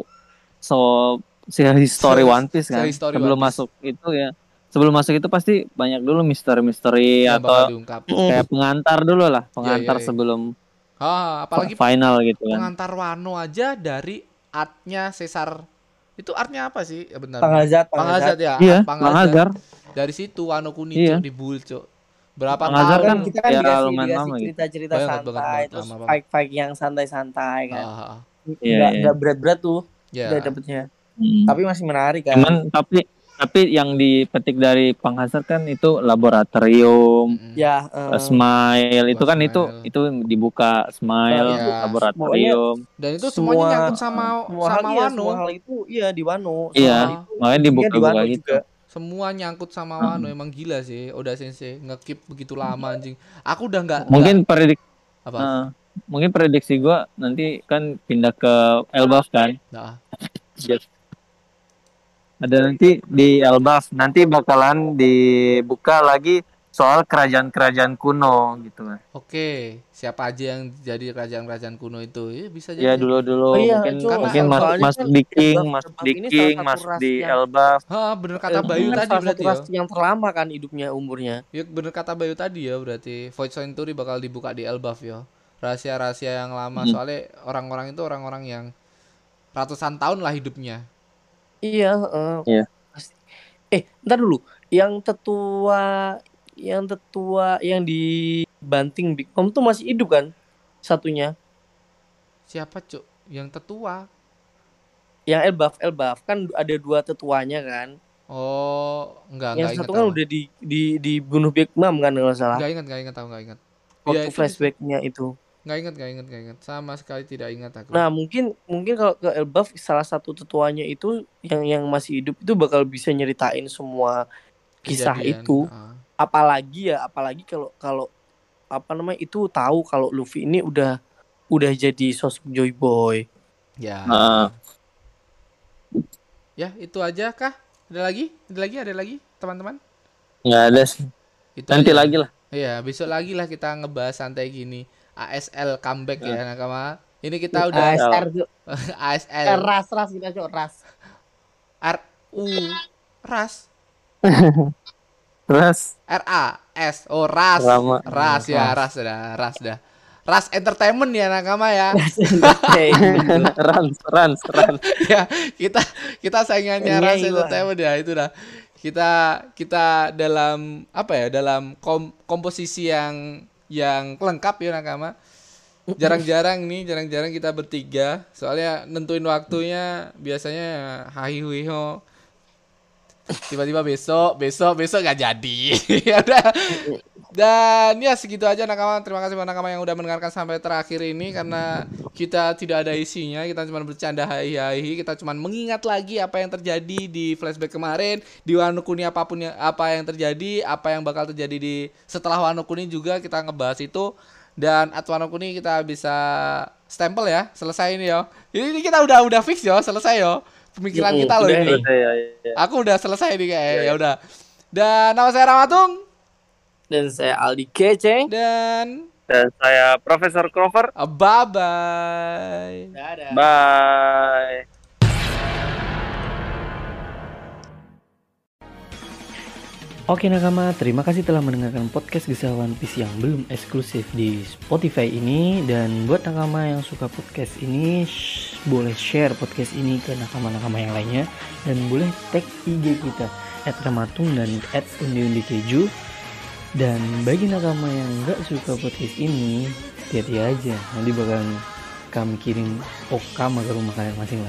D: history One Piece kan. Sebelum masuk itu pasti banyak dulu misteri-misteri ya, atau kayak pengantar dulu lah, sebelum
A: apalagi
D: final gitu kan.
A: Pengantar Wano aja dari artnya Caesar. Itu artnya apa sih? Ya benar.
E: Panghazard
A: ya.
D: Iya, Panghazard.
A: Dari situ Wano Kunichi dibul, Cuk. Berapa
D: tahun
E: kan kita kan
D: dikasih
E: cerita-cerita santai, terus fight yang santai-santai kan. Enggak berat-berat tuh. Udah dapetnya. Tapi masih menarik kan.
D: Cuman tapi yang dipetik dari Panghazard kan itu laboratorium. Smile itu kan itu dibuka Smile laboratorium.
A: Dan itu semuanya nyangkut sama Wano.
E: Semua hal itu di Wano.
D: Iya, makanya dibuka gitu. Juga.
A: Semua nyangkut sama Wano, emang gila sih Oda Sensei nge-keep begitu lama anjing. Aku udah
D: mungkin
A: prediksi
D: gua nanti kan pindah ke Elbaf kan. Ada nanti di Elbaf nanti bakalan dibuka lagi soal kerajaan-kerajaan kuno gitu kan.
A: Oke, siapa aja yang jadi kerajaan-kerajaan kuno itu? Ya bisa jadi.
D: Ya dulu mungkin masuk di King, masuk di Elbaf.
A: Bener kata Bayu tadi berarti
E: ya. Yang terlama kan hidupnya umurnya.
A: Ya bener kata Bayu tadi ya berarti Void Century bakal dibuka di Elbaf ya. Rahasia-rahasia yang lama soalnya orang-orang itu orang-orang yang ratusan tahun lah hidupnya.
E: Iya. Ntar dulu. Yang tetua yang dibanting Big Mom tuh masih hidup kan? Satunya.
A: Siapa, Cuk? Yang tetua?
E: Yang Elbaf kan ada 2 tetuanya kan?
A: Oh, enggak
E: yang satu kan udah dibunuh Big Mom kan kalau salah.
A: Enggak ingat.
E: Waktu flashbacknya itu.
A: Enggak ingat. Sama sekali tidak ingat aku.
E: Nah, mungkin kalau ke Elbaf salah satu tetuanya itu yang masih hidup itu bakal bisa nyeritain semua kisah itu. Apalagi kalau apa namanya itu tahu kalau Luffy ini udah jadi sosok Joy Boy.
A: Ya. Ya, itu aja kah? Ada lagi teman-teman?
D: Nggak ada sih. Nanti aja. Lagi lah.
A: Iya, besok lagi lah kita ngebahas santai gini. ASL comeback ya nakama. Ini kita udah ASL.
E: Ras kita cok ras.
A: Ras.
D: Ras.
A: RAS. Oh, Ras. Ras ya, Ras dah. Ras Entertainment ya nakama ya.
D: Rans.
A: Ya, kita saingannya Ras Entertainment ya, itu dah. Kita dalam apa ya? Dalam komposisi yang lengkap ya nakama. jarang-jarang kita bertiga. Soalnya nentuin waktunya biasanya hahihuiho. Tiba-tiba besok gak jadi. Ya udah. Dan ya segitu aja nakama. Terima kasih buat nakama yang udah mendengarkan sampai terakhir ini. Karena kita tidak ada isinya, kita cuma bercanda hai-hai. Kita cuma mengingat lagi apa yang terjadi di flashback kemarin, di Wano Kuni apa yang terjadi, apa yang bakal terjadi di setelah Wano Kuni juga kita ngebahas itu. Dan at Wano Kuni kita bisa stempel ya, selesai ini yo. Ini kita udah fix yo, selesai yo. Pemikiran kita loh ini. Ya. Aku udah selesai nih kayak ya udah. Dan nama saya Ramatung.
E: Dan saya Aldi Keceng.
A: Dan
C: saya Profesor Clover.
A: Bye-bye.
E: Dadah.
C: Bye.
B: Oke nakama, terima kasih telah mendengarkan podcast Kisah One Piece yang belum eksklusif di Spotify ini. Dan buat nakama yang suka podcast ini, boleh share podcast ini ke nakama-nakama yang lainnya. Dan boleh tag IG kita @ramatung dan @undi-undi-keju. Dan bagi nakama yang gak suka podcast ini, hati-hati aja, nanti bakalan kami kirim okama ke rumah kalian masing-masing.